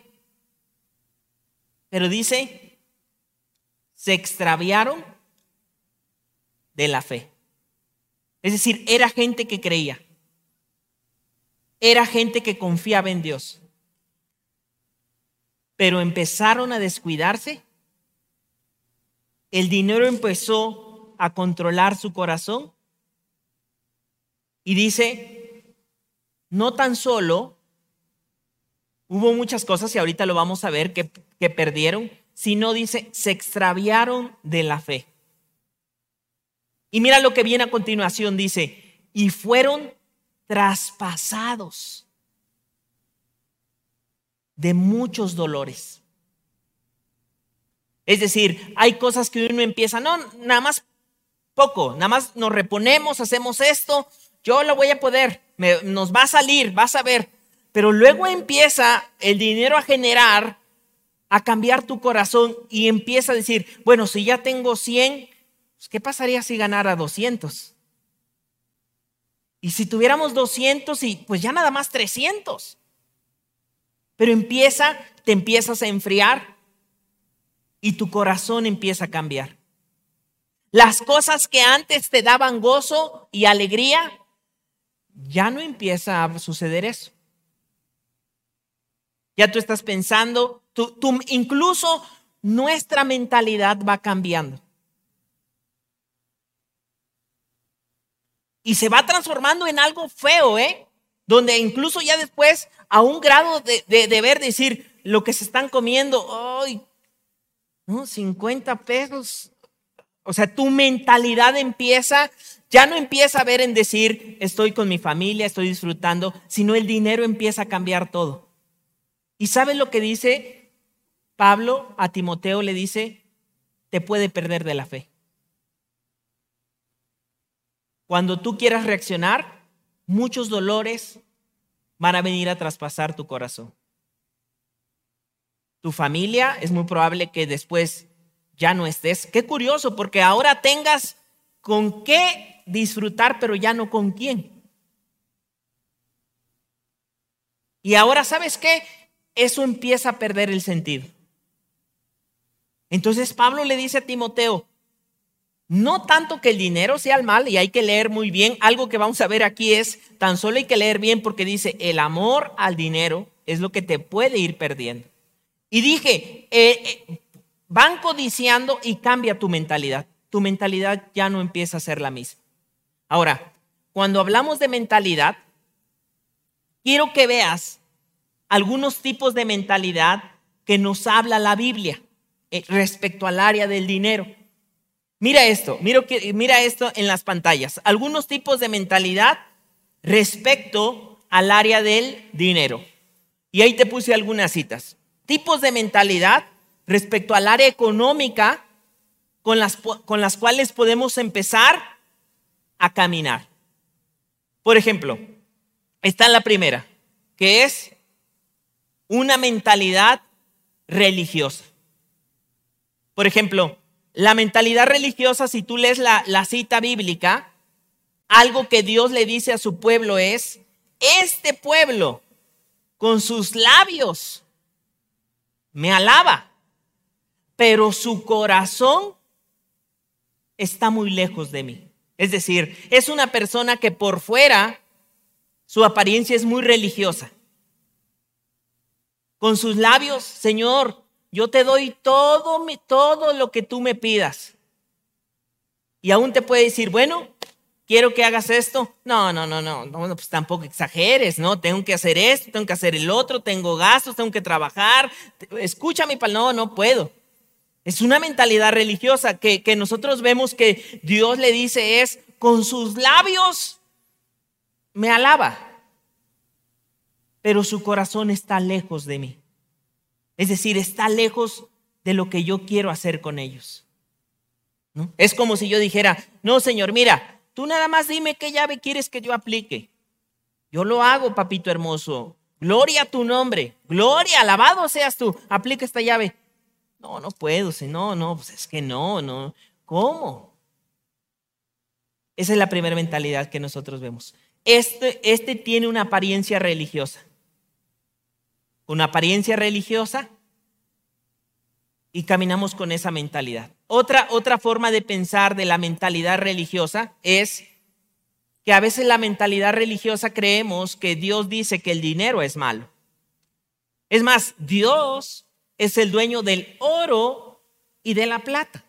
Pero dice, se extraviaron de la fe. Es decir, era gente que creía. Era gente que confiaba en Dios. Pero empezaron a descuidarse. El dinero empezó a controlar su corazón. Y dice, no tan solo hubo muchas cosas, y ahorita lo vamos a ver, que, que perdieron, sino dice, se extraviaron de la fe. Y mira lo que viene a continuación, dice, y fueron traspasados de muchos dolores. Es decir, hay cosas que uno empieza, no, nada más poco, nada más nos reponemos, hacemos esto, yo lo voy a poder, me, nos va a salir, vas a ver. Pero luego empieza el dinero a generar, a cambiar tu corazón y empieza a decir, bueno, si ya tengo cien, pues ¿qué pasaría si ganara doscientos? Y si tuviéramos doscientos y pues ya nada más trescientos. Pero empieza, te empiezas a enfriar y tu corazón empieza a cambiar. Las cosas que antes te daban gozo y alegría, ya no empieza a suceder eso. Ya tú estás pensando, tú, tú, incluso nuestra mentalidad va cambiando. Y se va transformando en algo feo, ¿eh? Donde incluso ya después, a un grado de, de, de ver, decir, lo que se están comiendo, ¡ay! ¿No? cincuenta pesos. O sea, tu mentalidad empieza, ya no empieza a ver en decir, estoy con mi familia, estoy disfrutando, sino el dinero empieza a cambiar todo. ¿Y sabes lo que dice Pablo a Timoteo? Le dice, te puede perder de la fe. Cuando tú quieras reaccionar, muchos dolores van a venir a traspasar tu corazón. Tu familia es muy probable que después ya no estés. Qué curioso, porque ahora tengas con qué disfrutar, pero ya no con quién. Y ahora, ¿sabes qué? Eso empieza a perder el sentido. Entonces Pablo le dice a Timoteo, no tanto que el dinero sea el mal, y hay que leer muy bien, algo que vamos a ver aquí es, tan solo hay que leer bien porque dice, el amor al dinero es lo que te puede ir perdiendo. Y dije, eh, eh, van codiciando y cambia tu mentalidad. Tu mentalidad ya no empieza a ser la misma. Ahora, cuando hablamos de mentalidad, quiero que veas algunos tipos de mentalidad que nos habla la Biblia eh, respecto al área del dinero. Mira esto, mira, mira esto en las pantallas. Algunos tipos de mentalidad respecto al área del dinero. Y ahí te puse algunas citas. Tipos de mentalidad respecto al área económica con las, con las cuales podemos empezar a caminar. Por ejemplo, está la primera, que es una mentalidad religiosa. Por ejemplo, la mentalidad religiosa, si tú lees la, la cita bíblica, algo que Dios le dice a su pueblo es, este pueblo con sus labios me alaba, pero su corazón está muy lejos de mí. Es decir, es una persona que por fuera su apariencia es muy religiosa. Con sus labios, Señor, yo te doy todo, mi, todo lo que tú me pidas. Y aún te puede decir, bueno, quiero que hagas esto. No, no, no, no, no, pues tampoco exageres, ¿no? Tengo que hacer esto, tengo que hacer el otro, tengo gastos, tengo que trabajar. Escucha mi palabra, no, no puedo. Es una mentalidad religiosa que, que nosotros vemos que Dios le dice es, con sus labios me alaba, pero su corazón está lejos de mí. Es decir, está lejos de lo que yo quiero hacer con ellos, ¿no? Es como si yo dijera, no, Señor, mira, tú nada más dime qué llave quieres que yo aplique. Yo lo hago, papito hermoso. Gloria a tu nombre. Gloria, alabado seas tú. Aplica esta llave. No, no puedo, no, no, pues es que no, no. ¿Cómo? Esa es la primera mentalidad que nosotros vemos. Este, este tiene una apariencia religiosa. Una apariencia religiosa y caminamos con esa mentalidad. Otra, otra forma de pensar de la mentalidad religiosa es que a veces la mentalidad religiosa creemos que Dios dice que el dinero es malo. Es más, Dios es el dueño del oro y de la plata.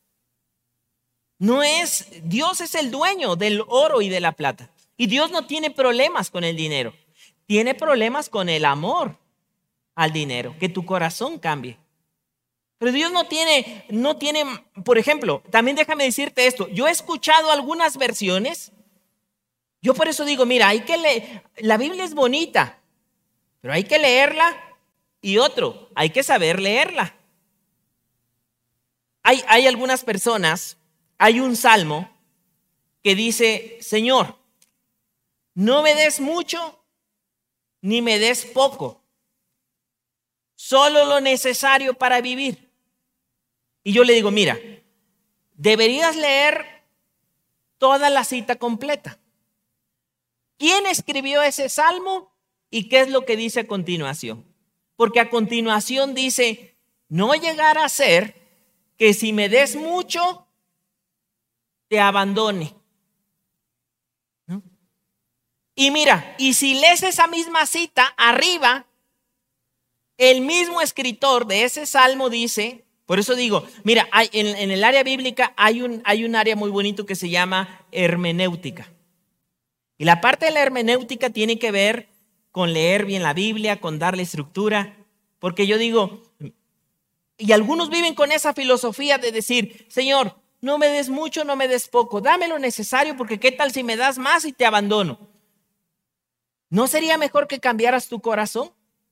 No es, Dios es el dueño del oro y de la plata. Y Dios no tiene problemas con el dinero. Tiene problemas con el amor al dinero, que tu corazón cambie. Pero Dios no tiene, no tiene, por ejemplo, también déjame decirte esto. Yo he escuchado algunas versiones. Yo por eso digo, mira, hay que leer, la Biblia es bonita, pero hay que leerla. Y otro, hay que saber leerla. Hay, hay algunas personas, hay un salmo que dice, Señor, no me des mucho ni me des poco, solo lo necesario para vivir. Y yo le digo, mira, deberías leer toda la cita completa. ¿Quién escribió ese salmo y qué es lo que dice a continuación? Porque a continuación dice, no llegará a ser que si me des mucho, te abandone. ¿No? Y mira, y si lees esa misma cita, arriba, el mismo escritor de ese salmo dice, por eso digo, mira, hay, en, en el área bíblica hay un, hay un área muy bonito que se llama hermenéutica. Y la parte de la hermenéutica tiene que ver con leer bien la Biblia, con darle estructura, porque yo digo, y algunos viven con esa filosofía de decir, Señor, no me des mucho, no me des poco, dame lo necesario, porque qué tal si me das más y te abandono. ¿No sería mejor que cambiaras tu corazón?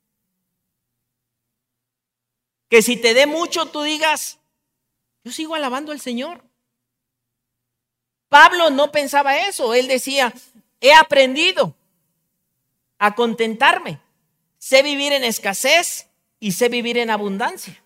Que si te dé mucho, tú digas, yo sigo alabando al Señor. Pablo no pensaba eso, él decía, he aprendido a contentarme, sé vivir en escasez y sé vivir en abundancia.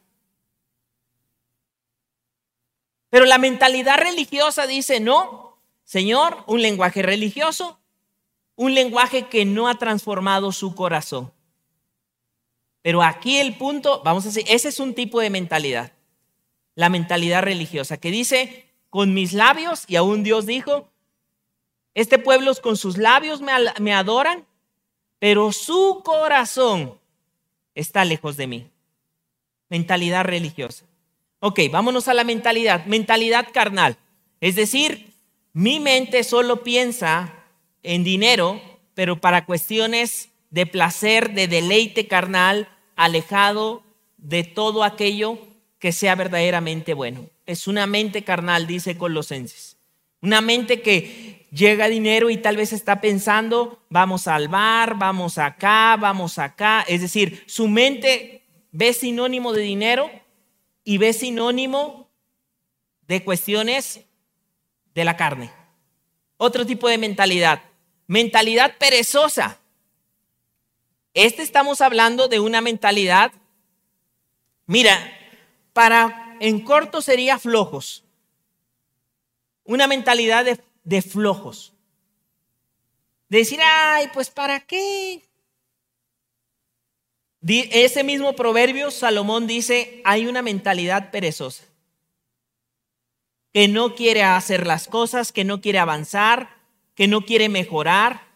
Pero la mentalidad religiosa dice, no, Señor, un lenguaje religioso, un lenguaje que no ha transformado su corazón. Pero aquí el punto, vamos a decir, ese es un tipo de mentalidad, la mentalidad religiosa, que dice, con mis labios, y aún Dios dijo, este pueblo con sus labios me, me adoran, pero su corazón está lejos de mí. Mentalidad religiosa. Ok, vámonos a la mentalidad, mentalidad carnal. Es decir, mi mente solo piensa en dinero, pero para cuestiones de placer, de deleite carnal, alejado de todo aquello que sea verdaderamente bueno. Es una mente carnal, dice Colosenses. Una mente que llega dinero y tal vez está pensando, vamos al bar, vamos acá, vamos acá. Es decir, su mente ve sinónimo de dinero y ve sinónimo de cuestiones de la carne. Otro tipo de mentalidad, mentalidad perezosa. Este estamos hablando de una mentalidad, mira, para en corto sería flojos. Una mentalidad de, de flojos. De decir, ay, pues ¿para qué? ese mismo proverbio, Salomón dice, hay una mentalidad perezosa, que no quiere hacer las cosas, que no quiere avanzar, que no quiere mejorar.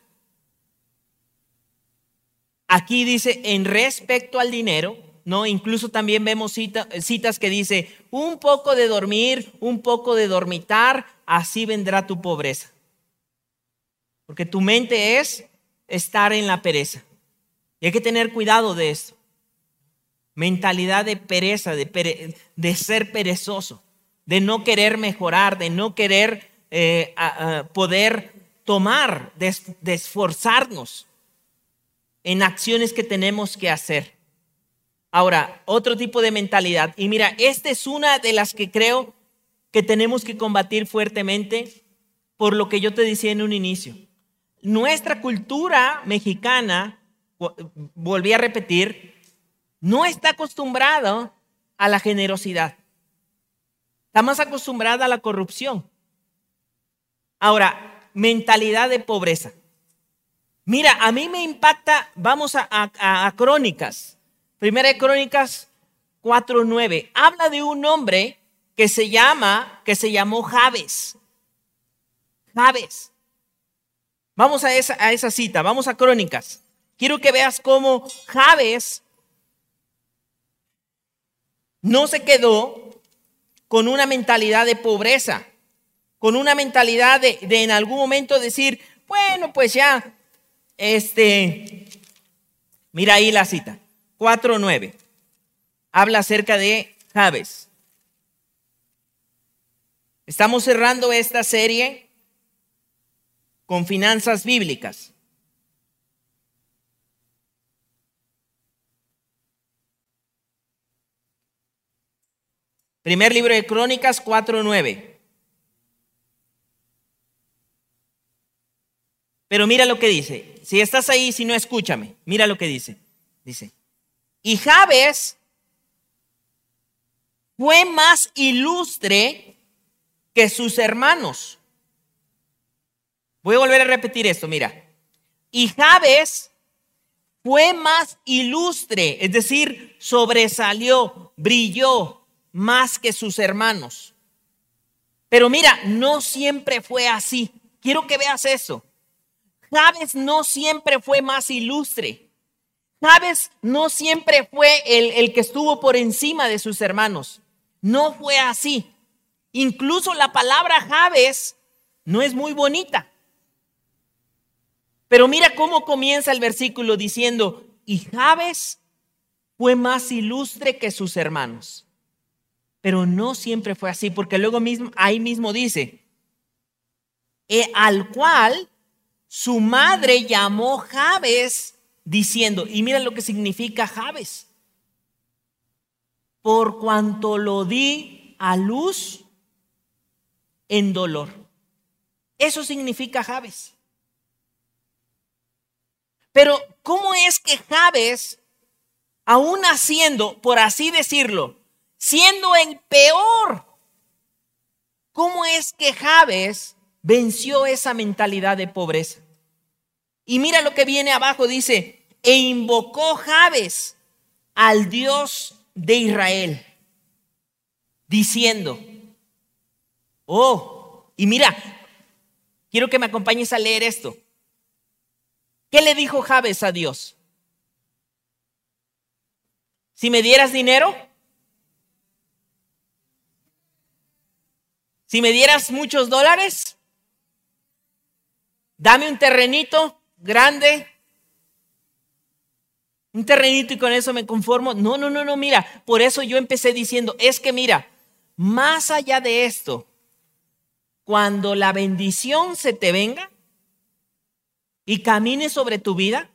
Aquí dice, en respecto al dinero, ¿no? Incluso también vemos cita, citas que dice, un poco de dormir, un poco de dormitar, así vendrá tu pobreza. Porque tu mente es estar en la pereza. Y hay que tener cuidado de esto. Mentalidad de pereza, de, pere, de ser perezoso, de no querer mejorar, de no querer eh, a, a poder tomar, de, de esforzarnos en acciones que tenemos que hacer. Ahora, otro tipo de mentalidad. Y mira, esta es una de las que creo que tenemos que combatir fuertemente por lo que yo te decía en un inicio. Nuestra cultura mexicana, volví a repetir, no está acostumbrada a la generosidad. Está más acostumbrada a la corrupción. Ahora, mentalidad de pobreza. Mira, a mí me impacta, vamos a, a, a Crónicas. Primera de Crónicas cuatro nueve. Habla de un hombre que se llama, que se llamó Jabes. Jabes. Vamos a esa, a esa cita, vamos a Crónicas. Quiero que veas cómo Jabes no se quedó con una mentalidad de pobreza, con una mentalidad de, de en algún momento decir, bueno, pues ya, este, mira ahí la cita, cuatro nueve. Habla acerca de Jabes. Estamos cerrando esta serie con finanzas bíblicas. Primer libro de Crónicas cuatro nueve. Pero mira lo que dice. Si estás ahí, si no, escúchame. Mira lo que dice. Dice, y Jabes fue más ilustre que sus hermanos. Voy a volver a repetir esto, mira. Y Jabes fue más ilustre, es decir, sobresalió, brilló más que sus hermanos. Pero mira, no siempre fue así. Quiero que veas eso. Jabes no siempre fue más ilustre. Jabes no siempre fue el, el que estuvo por encima de sus hermanos. No fue así. Incluso la palabra Jabes no es muy bonita. Pero mira cómo comienza el versículo diciendo, y Jabes fue más ilustre que sus hermanos. Pero no siempre fue así, porque luego mismo, ahí mismo dice, e al cual su madre llamó Jabes, diciendo, y mira lo que significa Jabes, por cuanto lo di a luz en dolor. Eso significa Jabes. Pero ¿cómo es que Jabes, aún haciendo, por así decirlo, siendo el peor, cómo es que Jabes venció esa mentalidad de pobreza? Y mira lo que viene abajo, dice, e invocó Jabes al Dios de Israel, diciendo, oh, y mira, quiero que me acompañes a leer esto. ¿Qué le dijo Jabes a Dios? Si me dieras dinero, si me dieras muchos dólares, dame un terrenito grande, un terrenito y con eso me conformo. No, no, no, no, mira, por eso yo empecé diciendo, es que mira, más allá de esto, cuando la bendición se te venga y camine sobre tu vida,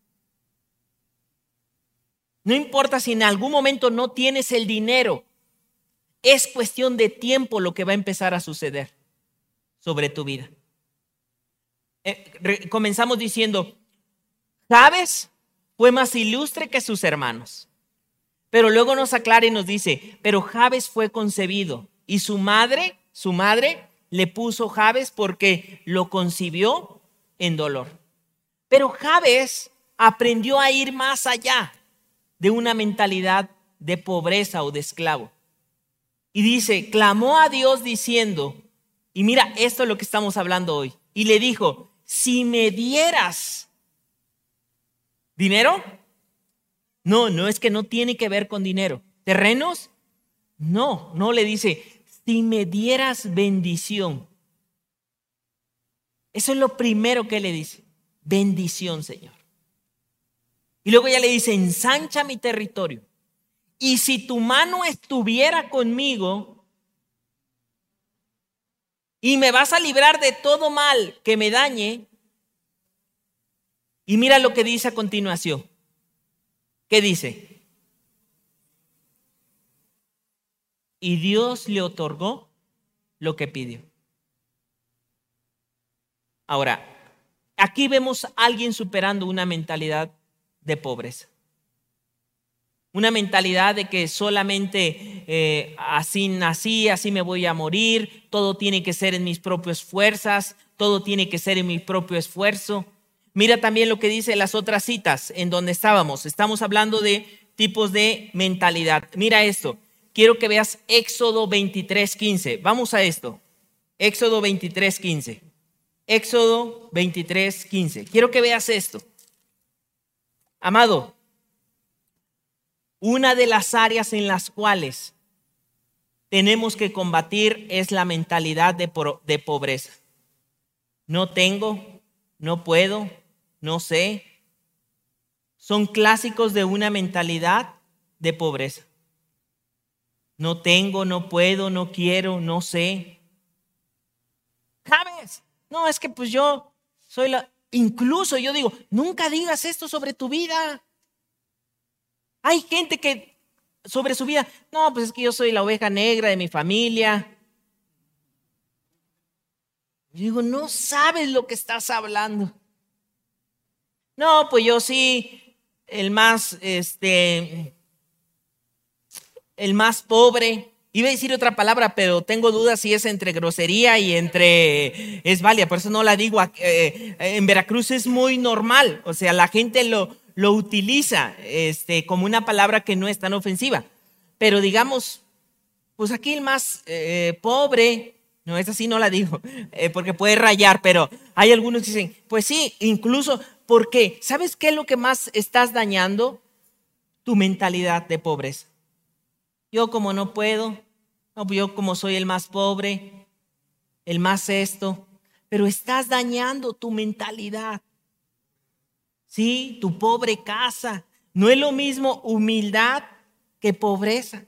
no importa si en algún momento no tienes el dinero, es cuestión de tiempo lo que va a empezar a suceder sobre tu vida. Eh, re, comenzamos diciendo, Jabes fue más ilustre que sus hermanos. Pero luego nos aclara y nos dice, pero Jabes fue concebido y su madre, su madre le puso Jabes porque lo concibió en dolor. Pero Jabes aprendió a ir más allá. de una mentalidad de pobreza o de esclavo. Y dice, clamó a Dios diciendo, y mira, esto es lo que estamos hablando hoy. Y le dijo, si me dieras dinero, no, no es que no tiene que ver con dinero. ¿Terrenos? No, no le dice, si me dieras bendición. Eso es lo primero que le dice, bendición, Señor. Y luego ya le dice, ensancha mi territorio. Y si tu mano estuviera conmigo y me vas a librar de todo mal que me dañe. Y mira lo que dice a continuación. ¿Qué dice? Y Dios le otorgó lo que pidió. Ahora, aquí vemos a alguien superando una mentalidad de pobreza. Una mentalidad de que solamente eh, así nací, así me voy a morir, todo tiene que ser en mis propias fuerzas, todo tiene que ser en mi propio esfuerzo. Mira también lo que dice las otras citas en donde estábamos. Estamos hablando de tipos de mentalidad. Mira esto, quiero que veas Éxodo veintitrés quince. Vamos a esto, Éxodo veintitrés quince. Éxodo veintitrés quince. Quiero que veas esto. Amado, una de las áreas en las cuales tenemos que combatir es la mentalidad de, de pobreza. No tengo, no puedo, no sé. Son clásicos de una mentalidad de pobreza. No tengo, no puedo, no quiero, no sé. ¿Sabes? No, es que pues yo soy la... Incluso yo digo, nunca digas esto sobre tu vida. Hay gente que sobre su vida, no, pues es que yo soy la oveja negra de mi familia. Yo digo, no sabes lo que estás hablando. No, pues yo sí, el más, este, el más pobre. Iba a decir otra palabra, pero tengo dudas si es entre grosería y entre es válida, por eso no la digo. Eh, en Veracruz es muy normal, o sea, la gente lo, lo utiliza este, como una palabra que no es tan ofensiva. Pero digamos, pues aquí el más eh, pobre, no, esa sí no la digo, eh, porque puede rayar, pero hay algunos que dicen, pues sí, incluso porque, ¿sabes qué es lo que más estás dañando? Tu mentalidad de pobreza. Yo como no puedo, no, yo como soy el más pobre, el más esto, pero estás dañando tu mentalidad. Sí, tu pobre casa. No es lo mismo humildad que pobreza.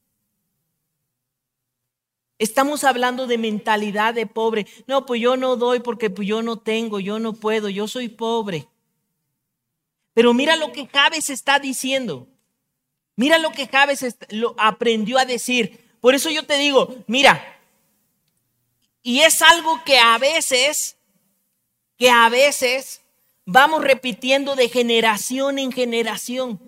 Estamos hablando de mentalidad de pobre. No, pues yo no doy porque pues yo no tengo, yo no puedo, yo soy pobre. Pero mira lo que Jabes está diciendo. Mira lo que Jabes lo aprendió a decir. Por eso yo te digo, mira, y es algo que a veces, que a veces vamos repitiendo de generación en generación.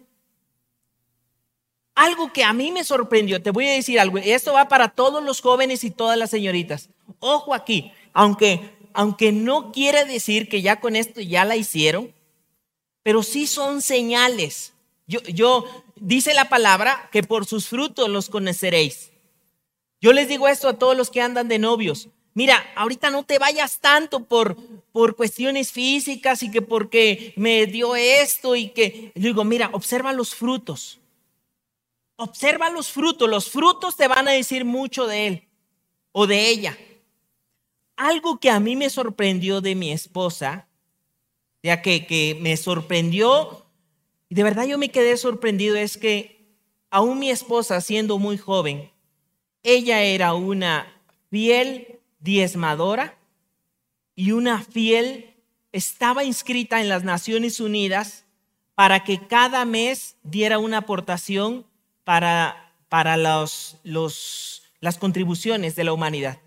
Algo que a mí me sorprendió, te voy a decir algo, y esto va para todos los jóvenes y todas las señoritas. Ojo aquí, aunque, aunque no quiere decir que ya con esto ya la hicieron, pero sí son señales. Yo, yo, dice la palabra que por sus frutos los conoceréis. Yo les digo esto a todos los que andan de novios. Mira, ahorita no te vayas tanto por, por cuestiones físicas y que porque me dio esto y que... Yo digo, mira, observa los frutos. Observa los frutos. Los frutos te van a decir mucho de él o de ella. Algo que a mí me sorprendió de mi esposa, ya que, que me sorprendió... Y de verdad yo me quedé sorprendido, es que aún mi esposa siendo muy joven, ella era una fiel diezmadora y una fiel, estaba inscrita en las Naciones Unidas para que cada mes diera una aportación para, para los, los, las contribuciones de la humanidad.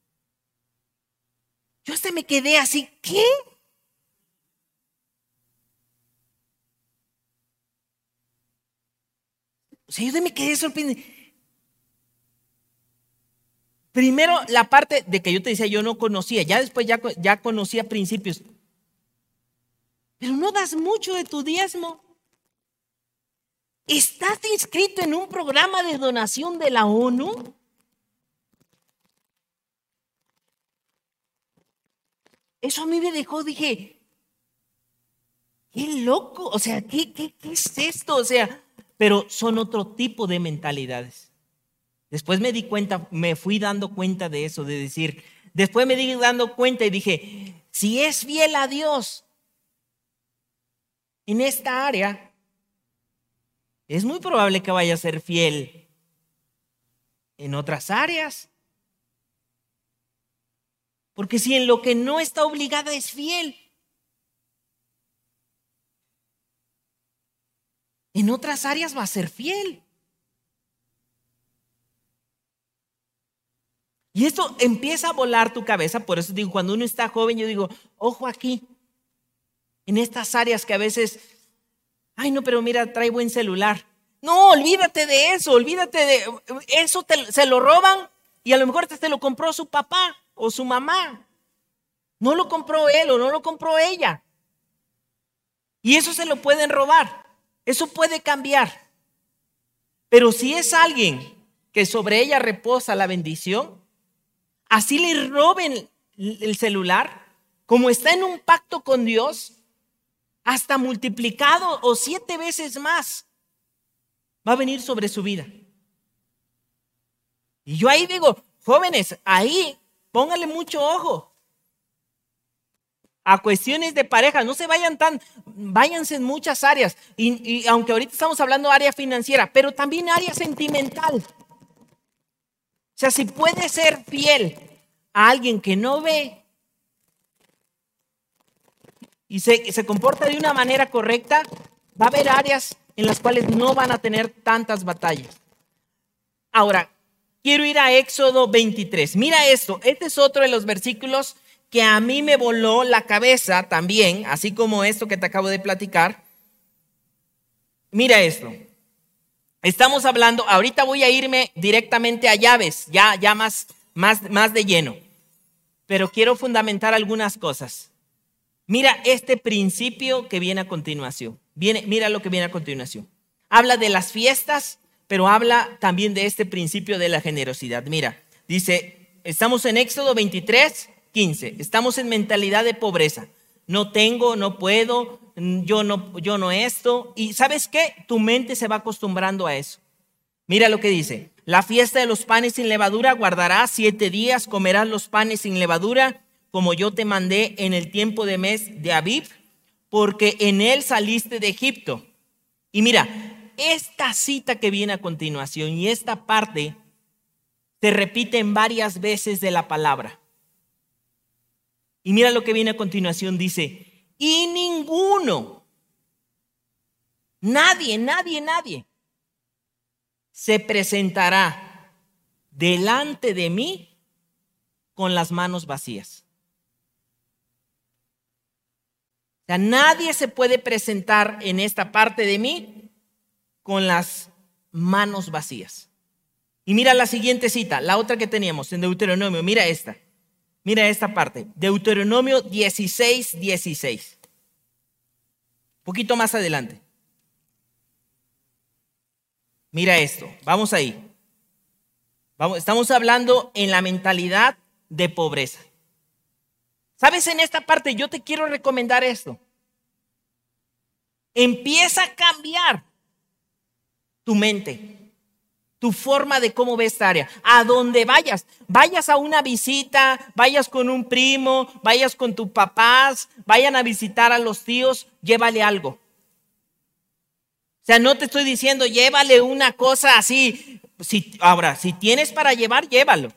Yo hasta me quedé así, ¿qué? O sea, yo me quedé sorprendido. Primero, la parte de que yo te decía, yo no conocía. Ya después ya, ya conocía principios. Pero no das mucho de tu diezmo. ¿Estás inscrito en un programa de donación de la ONU? Eso a mí me dejó, dije, qué loco, o sea, ¿qué, qué, qué es esto? O sea, pero son otro tipo de mentalidades. Después me di cuenta, me fui dando cuenta de eso, de decir, después me di dando cuenta y dije, si es fiel a Dios en esta área, es muy probable que vaya a ser fiel en otras áreas. Porque si en lo que no está obligada es fiel, en otras áreas va a ser fiel. Y esto empieza a volar tu cabeza. Por eso digo, cuando uno está joven, yo digo, ojo aquí, en estas áreas que a veces, ay no, pero mira, trae buen celular. No, olvídate de eso, olvídate de eso, te, se lo roban y a lo mejor te, te lo compró su papá o su mamá. No lo compró él o no lo compró ella. Y eso se lo pueden robar. Eso puede cambiar. Pero si es alguien que sobre ella reposa la bendición, así le roben el celular, como está en un pacto con Dios, hasta multiplicado o siete veces más, va a venir sobre su vida. Y yo ahí digo, jóvenes, ahí pónganle mucho ojo a cuestiones de pareja. No se vayan tan, váyanse en muchas áreas. Y, y aunque ahorita estamos hablando de área financiera, pero también área sentimental. O sea, si puede ser fiel a alguien que no ve y se, se comporta de una manera correcta, va a haber áreas en las cuales no van a tener tantas batallas. Ahora, quiero ir a Éxodo veintitrés. Mira esto, este es otro de los versículos que a mí me voló la cabeza también, así como esto que te acabo de platicar. Mira esto. Estamos hablando, ahorita voy a irme directamente a llaves, ya, ya más, más, más de lleno. Pero quiero fundamentar algunas cosas. Mira este principio que viene a continuación. Viene, mira lo que viene a continuación. Habla de las fiestas, pero habla también de este principio de la generosidad. Mira, dice, estamos en Éxodo veintitrés, quince. Estamos en mentalidad de pobreza. No tengo, no puedo, yo no, yo no esto. Y ¿sabes qué? Tu mente se va acostumbrando a eso. Mira lo que dice. La fiesta de los panes sin levadura guardarás siete días. Comerás los panes sin levadura, como yo te mandé en el tiempo de mes de Abib, porque en él saliste de Egipto. Y mira, esta cita que viene a continuación y esta parte se repiten varias veces de la palabra. Y mira lo que viene a continuación, dice, y ninguno, nadie, nadie, nadie, se presentará delante de mí con las manos vacías. O sea, nadie se puede presentar en esta parte de mí con las manos vacías. Y mira la siguiente cita, la otra que teníamos en Deuteronomio, mira esta. Mira esta parte, Deuteronomio dieciséis, dieciséis. Un poquito más adelante. Mira esto, vamos ahí. Vamos, estamos hablando en la mentalidad de pobreza. ¿Sabes? En esta parte yo te quiero recomendar esto. Empieza a cambiar tu mente. Tu forma de cómo ves esta área, a donde vayas, vayas a una visita, vayas con un primo, vayas con tus papás, vayan a visitar a los tíos, llévale algo. O sea, no te estoy diciendo llévale una cosa así, si, ahora, si tienes para llevar, llévalo.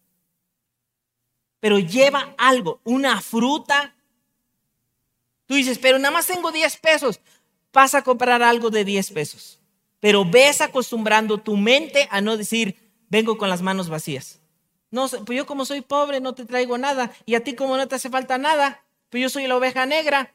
Pero lleva algo, una fruta. Tú dices, pero nada más tengo diez pesos, vas a comprar algo de diez pesos. Pero ves acostumbrando tu mente a no decir, vengo con las manos vacías. No, pues yo como soy pobre no te traigo nada. Y a ti como no te hace falta nada, pues yo soy la oveja negra.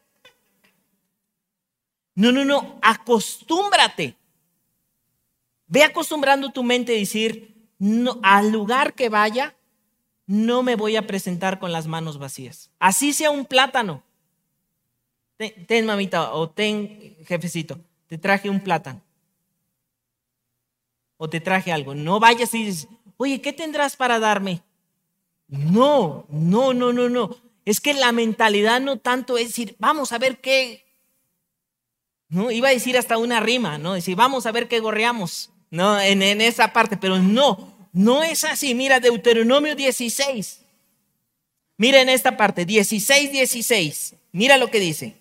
No, no, no, acostúmbrate. Ve acostumbrando tu mente a decir, no, al lugar que vaya, no me voy a presentar con las manos vacías. Así sea un plátano. Ten, ten mamita o ten jefecito, te traje un plátano. o te traje algo. No vayas y dices, oye, ¿qué tendrás para darme? No, no, no, no, no. Es que la mentalidad no tanto es decir, vamos a ver qué. No, iba a decir hasta una rima, ¿no? Decir, vamos a ver qué gorreamos, ¿no? En, en esa parte, pero no, no es así. Mira, Deuteronomio dieciséis. Mira en esta parte, dieciséis, dieciséis. Mira lo que dice.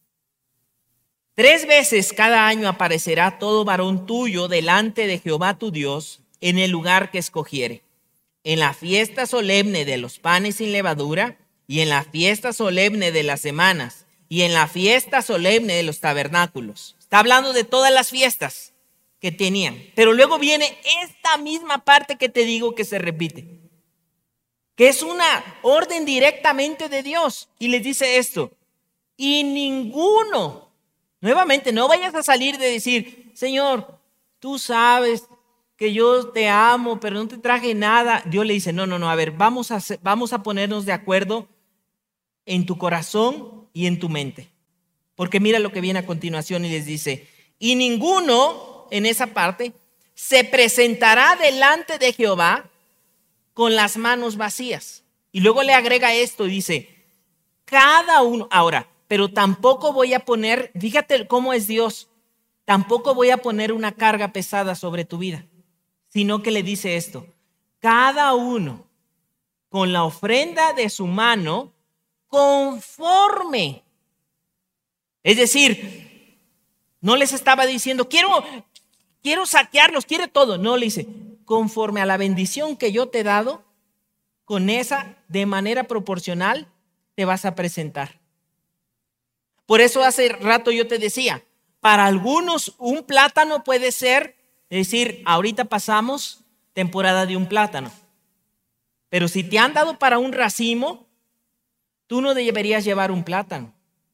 Tres veces cada año aparecerá todo varón tuyo delante de Jehová tu Dios en el lugar que escogiere. En la fiesta solemne de los panes sin levadura y en la fiesta solemne de las semanas y en la fiesta solemne de los tabernáculos. Está hablando de todas las fiestas que tenían. Pero luego viene esta misma parte que te digo que se repite, que es una orden directamente de Dios. Y les dice esto, y ninguno, nuevamente, no vayas a salir de decir, Señor, tú sabes que yo te amo, pero no te traje nada. Dios le dice, no, no, no, a ver, vamos a, hacer, vamos a ponernos de acuerdo en tu corazón y en tu mente. Porque mira lo que viene a continuación y les dice, y ninguno en esa parte se presentará delante de Jehová con las manos vacías. Y luego le agrega esto y dice, cada uno, ahora, pero tampoco voy a poner, fíjate cómo es Dios, tampoco voy a poner una carga pesada sobre tu vida, sino que le dice esto, cada uno con la ofrenda de su mano conforme. Es decir, no les estaba diciendo, quiero, quiero saquearlos, quiere todo. No, le dice, conforme a la bendición que yo te he dado, con esa de manera proporcional te vas a presentar. Por eso hace rato yo te decía, para algunos un plátano puede ser, es decir, ahorita pasamos temporada de un plátano. Pero si te han dado para un racimo, tú no deberías llevar un plátano.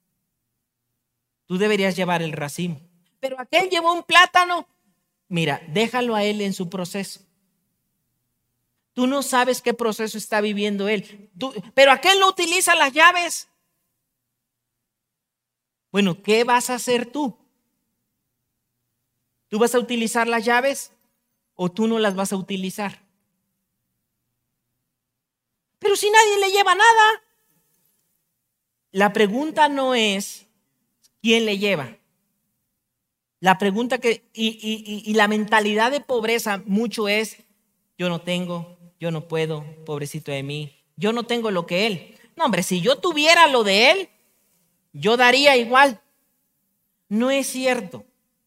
Tú deberías llevar el racimo. Pero aquel llevó un plátano. Mira, déjalo a él en su proceso. Tú no sabes qué proceso está viviendo él. Tú, pero aquel no utiliza las llaves. Bueno, ¿qué vas a hacer tú? ¿Tú vas a utilizar las llaves o tú no las vas a utilizar? Pero si nadie le lleva nada. La pregunta no es quién le lleva. La pregunta que, y, y, y la mentalidad de pobreza mucho es, yo no tengo, yo no puedo, pobrecito de mí, yo no tengo lo que él. No, hombre, si yo tuviera lo de él, yo daría igual. No es cierto.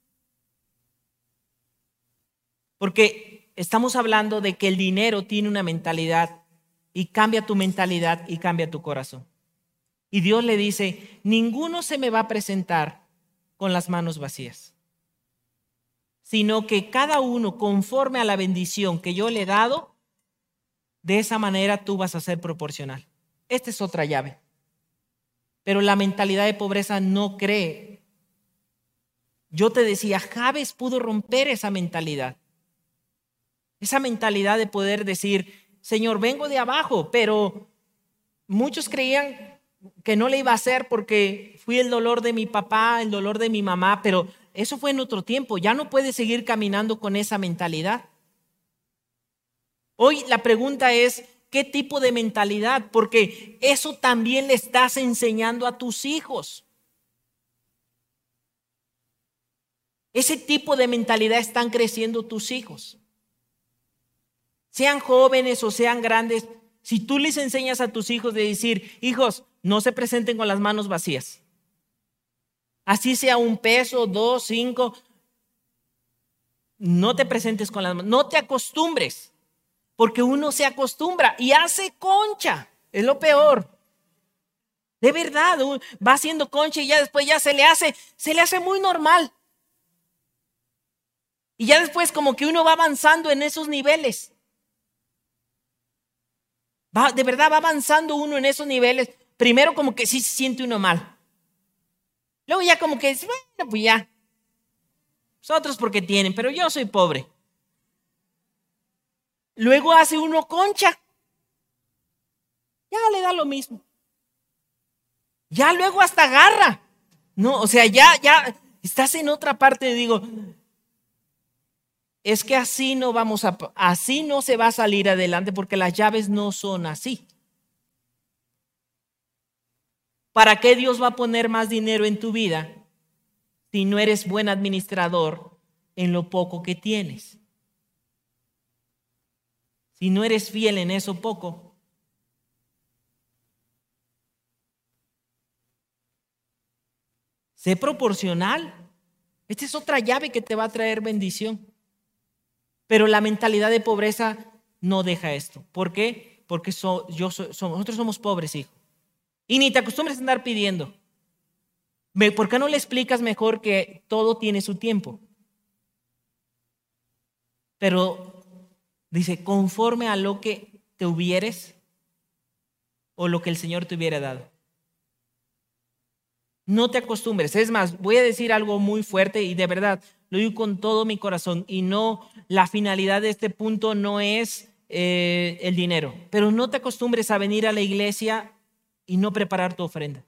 Porque estamos hablando de que el dinero tiene una mentalidad y cambia tu mentalidad y cambia tu corazón. Y Dios le dice, ninguno se me va a presentar con las manos vacías, sino que cada uno conforme a la bendición que yo le he dado, de esa manera tú vas a ser proporcional. Esta es otra llave. Pero la mentalidad de pobreza no cree. Yo te decía, Jabes pudo romper esa mentalidad. Esa mentalidad de poder decir, Señor, vengo de abajo, pero muchos creían que no le iba a hacer porque fui el dolor de mi papá, el dolor de mi mamá, pero eso fue en otro tiempo. Ya no puedes seguir caminando con esa mentalidad. Hoy la pregunta es, ¿qué tipo de mentalidad? Porque eso también le estás enseñando a tus hijos. Ese tipo de mentalidad están creciendo tus hijos. Sean jóvenes o sean grandes, si tú les enseñas a tus hijos de decir, hijos, no se presenten con las manos vacías. Así sea un peso, dos, cinco, no te presentes con las manos, no te acostumbres, porque uno se acostumbra y hace concha, es lo peor. De verdad, va haciendo concha y ya después ya se le hace, se le hace muy normal. Y ya después como que uno va avanzando en esos niveles. Va, de verdad va avanzando uno en esos niveles. Primero como que sí se siente uno mal. Luego ya como que, bueno, pues ya. Otros porque tienen, pero yo soy pobre. Luego hace uno concha. Ya le da lo mismo. Ya luego hasta agarra. No, o sea, ya, ya estás en otra parte, digo. es que así no vamos a, así no se va a salir adelante porque las llaves no son así. ¿Para qué Dios va a poner más dinero en tu vida si no eres buen administrador en lo poco que tienes? Si no eres fiel en eso poco. Sé proporcional. Esta es otra llave que te va a traer bendición. Pero la mentalidad de pobreza no deja esto. ¿Por qué? Porque so, yo so, so, nosotros somos pobres, hijo. Y ni te acostumbres a andar pidiendo. ¿Por qué no le explicas mejor que todo tiene su tiempo? Pero dice, conforme a lo que te hubieres o lo que el Señor te hubiera dado. No te acostumbres. Es más, voy a decir algo muy fuerte y de verdad lo digo con todo mi corazón. Y no, la finalidad de este punto no es eh, el dinero. Pero no te acostumbres a venir a la iglesia y no preparar tu ofrenda.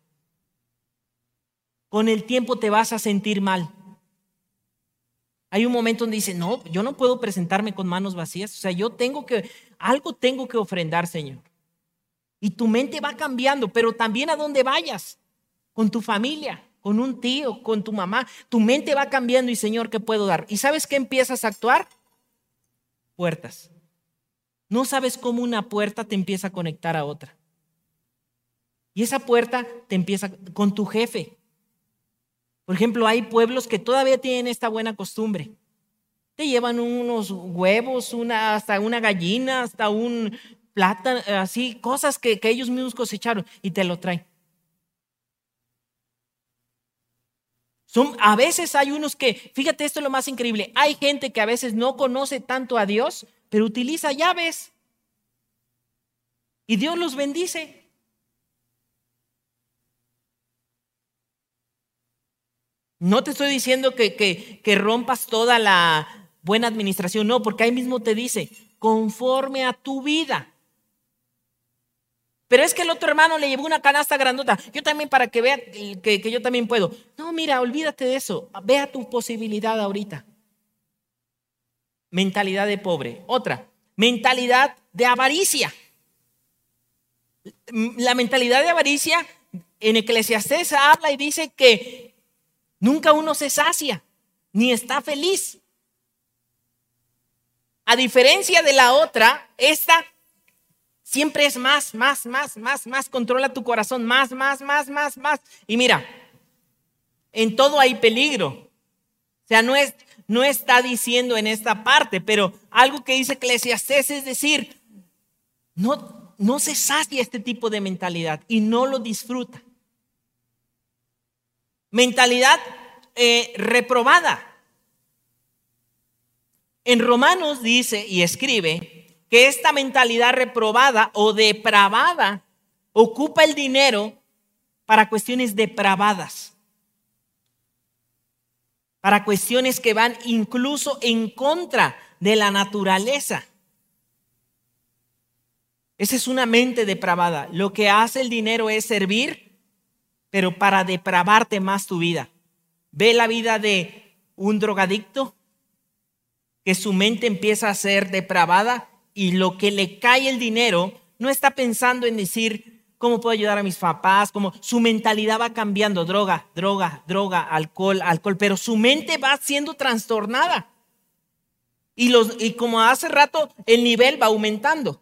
Con el tiempo te vas a sentir mal. Hay un momento donde dice, no, yo no puedo presentarme con manos vacías. O sea, yo tengo que, algo tengo que ofrendar, Señor. Y tu mente va cambiando, pero también a donde vayas, con tu familia, con un tío, con tu mamá, tu mente va cambiando y Señor, ¿qué puedo dar? ¿Y sabes qué empiezas a actuar? Puertas. No sabes cómo una puerta te empieza a conectar a otra. Y esa puerta te empieza con tu jefe. Por ejemplo, hay pueblos que todavía tienen esta buena costumbre. Te llevan unos huevos, una, hasta una gallina, hasta un plátano, así, cosas que, que ellos mismos cosecharon y te lo traen. Son, a veces hay unos que, fíjate, esto es lo más increíble, hay gente que a veces no conoce tanto a Dios, pero utiliza llaves. Y Dios los bendice. No te estoy diciendo que, que, que rompas toda la buena administración, no, porque ahí mismo te dice, conforme a tu vida. Pero es que el otro hermano le llevó una canasta grandota, yo también para que vea que, que yo también puedo. No, mira, olvídate de eso, vea tu posibilidad ahorita. Mentalidad de pobre. Otra, mentalidad de avaricia. La mentalidad de avaricia en Eclesiastés habla y dice que nunca uno se sacia, ni está feliz. A diferencia de la otra, esta siempre es más, más, más, más, más. Controla tu corazón, más, más, más, más, más. Y mira, en todo hay peligro. O sea, no, es, no está diciendo en esta parte, pero algo que dice Eclesiastés es decir, no, no se sacia este tipo de mentalidad y no lo disfruta. Mentalidad eh, reprobada. En Romanos dice y escribe que esta mentalidad reprobada o depravada ocupa el dinero para cuestiones depravadas, para cuestiones que van incluso en contra de la naturaleza. Esa es una mente depravada. Lo que hace el dinero es servir, pero para depravarte más tu vida. Ve la vida de un drogadicto que su mente empieza a ser depravada y lo que le cae el dinero no está pensando en decir cómo puedo ayudar a mis papás, cómo su mentalidad va cambiando, droga, droga, droga, alcohol, alcohol, pero su mente va siendo trastornada y, los, y como hace rato el nivel va aumentando.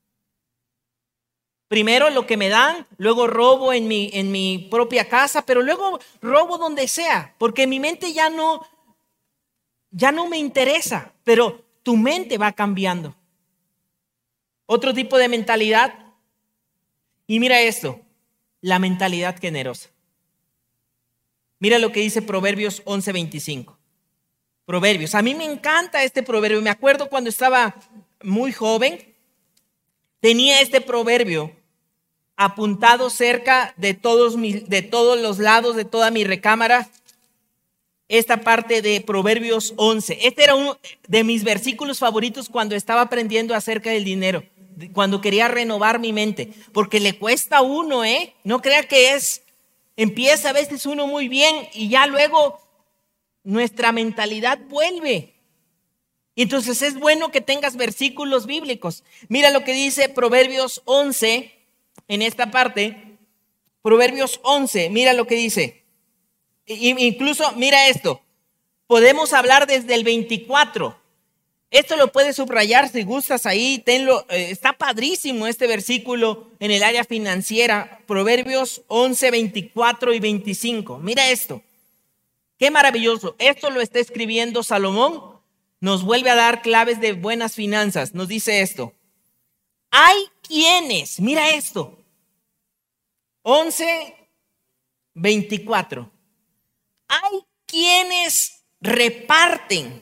Primero lo que me dan, luego robo en mi, en mi propia casa, pero luego robo donde sea, porque mi mente ya no, ya no me interesa, pero tu mente va cambiando. Otro tipo de mentalidad, y mira esto, la mentalidad generosa. Mira lo que dice Proverbios once veinticinco. Proverbios, a mí me encanta este proverbio, me acuerdo cuando estaba muy joven, tenía este proverbio apuntado cerca de todos, mis, de todos los lados de toda mi recámara. Esta parte de Proverbios once. Este era uno de mis versículos favoritos cuando estaba aprendiendo acerca del dinero, cuando quería renovar mi mente, porque le cuesta a uno, ¿eh? No crea que es, empieza a veces uno muy bien y ya luego nuestra mentalidad vuelve. Entonces es bueno que tengas versículos bíblicos. Mira lo que dice Proverbios once en esta parte. Proverbios once, mira lo que dice. Incluso, mira esto. Podemos hablar desde el veinticuatro. Esto lo puedes subrayar si gustas ahí. Tenlo. Eh, está padrísimo este versículo en el área financiera. Proverbios once, veinticuatro y veinticinco. Mira esto. Qué maravilloso. Esto lo está escribiendo Salomón. Nos vuelve a dar claves de buenas finanzas. Nos dice esto. Hay quienes, mira esto. once, veinticuatro. Hay quienes reparten.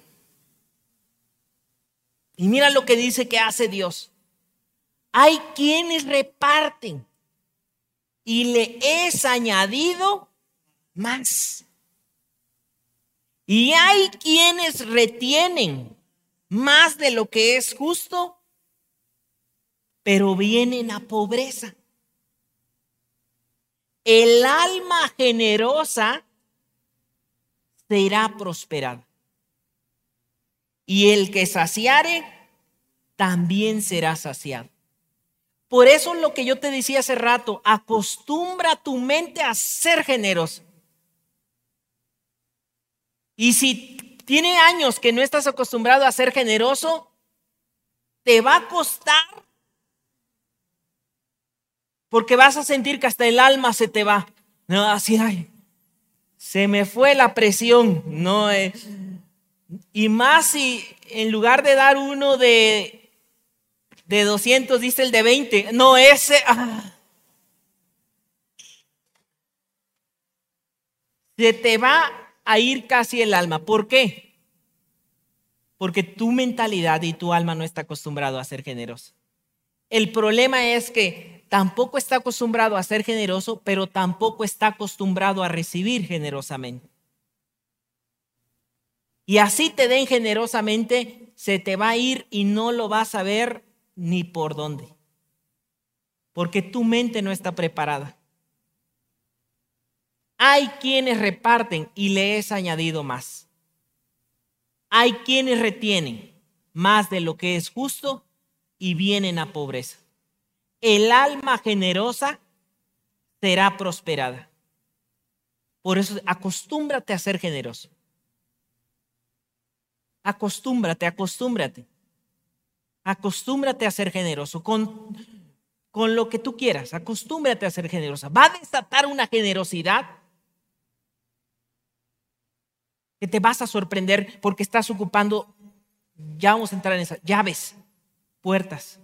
Y mira lo que dice que hace Dios. Hay quienes reparten y le es añadido más. Y hay quienes retienen más de lo que es justo, pero vienen a pobreza. El alma generosa será prosperada. Y el que saciare, también será saciado. Por eso lo que yo te decía hace rato, acostumbra tu mente a ser generoso. Y si tiene años que no estás acostumbrado a ser generoso, te va a costar. Porque vas a sentir que hasta el alma se te va. No, así, ay, se me fue la presión. No, eh, y más si en lugar de dar uno de, de doscientos, dice el de veinte. No, ese. Ah, se te va a ir casi el alma. ¿Por qué? Porque tu mentalidad y tu alma no está acostumbrado a ser generoso. El problema es que tampoco está acostumbrado a ser generoso, pero tampoco está acostumbrado a recibir generosamente. Y así te den generosamente, se te va a ir y no lo vas a ver ni por dónde. Porque tu mente no está preparada. Hay quienes reparten y le es añadido más. Hay quienes retienen más de lo que es justo y vienen a pobreza. El alma generosa será prosperada. Por eso acostúmbrate a ser generoso. Acostúmbrate, acostúmbrate. Acostúmbrate a ser generoso con, con lo que tú quieras. Acostúmbrate a ser generosa. Va a desatar una generosidad que te vas a sorprender porque estás ocupando, ya vamos a entrar en esas llaves, puertas.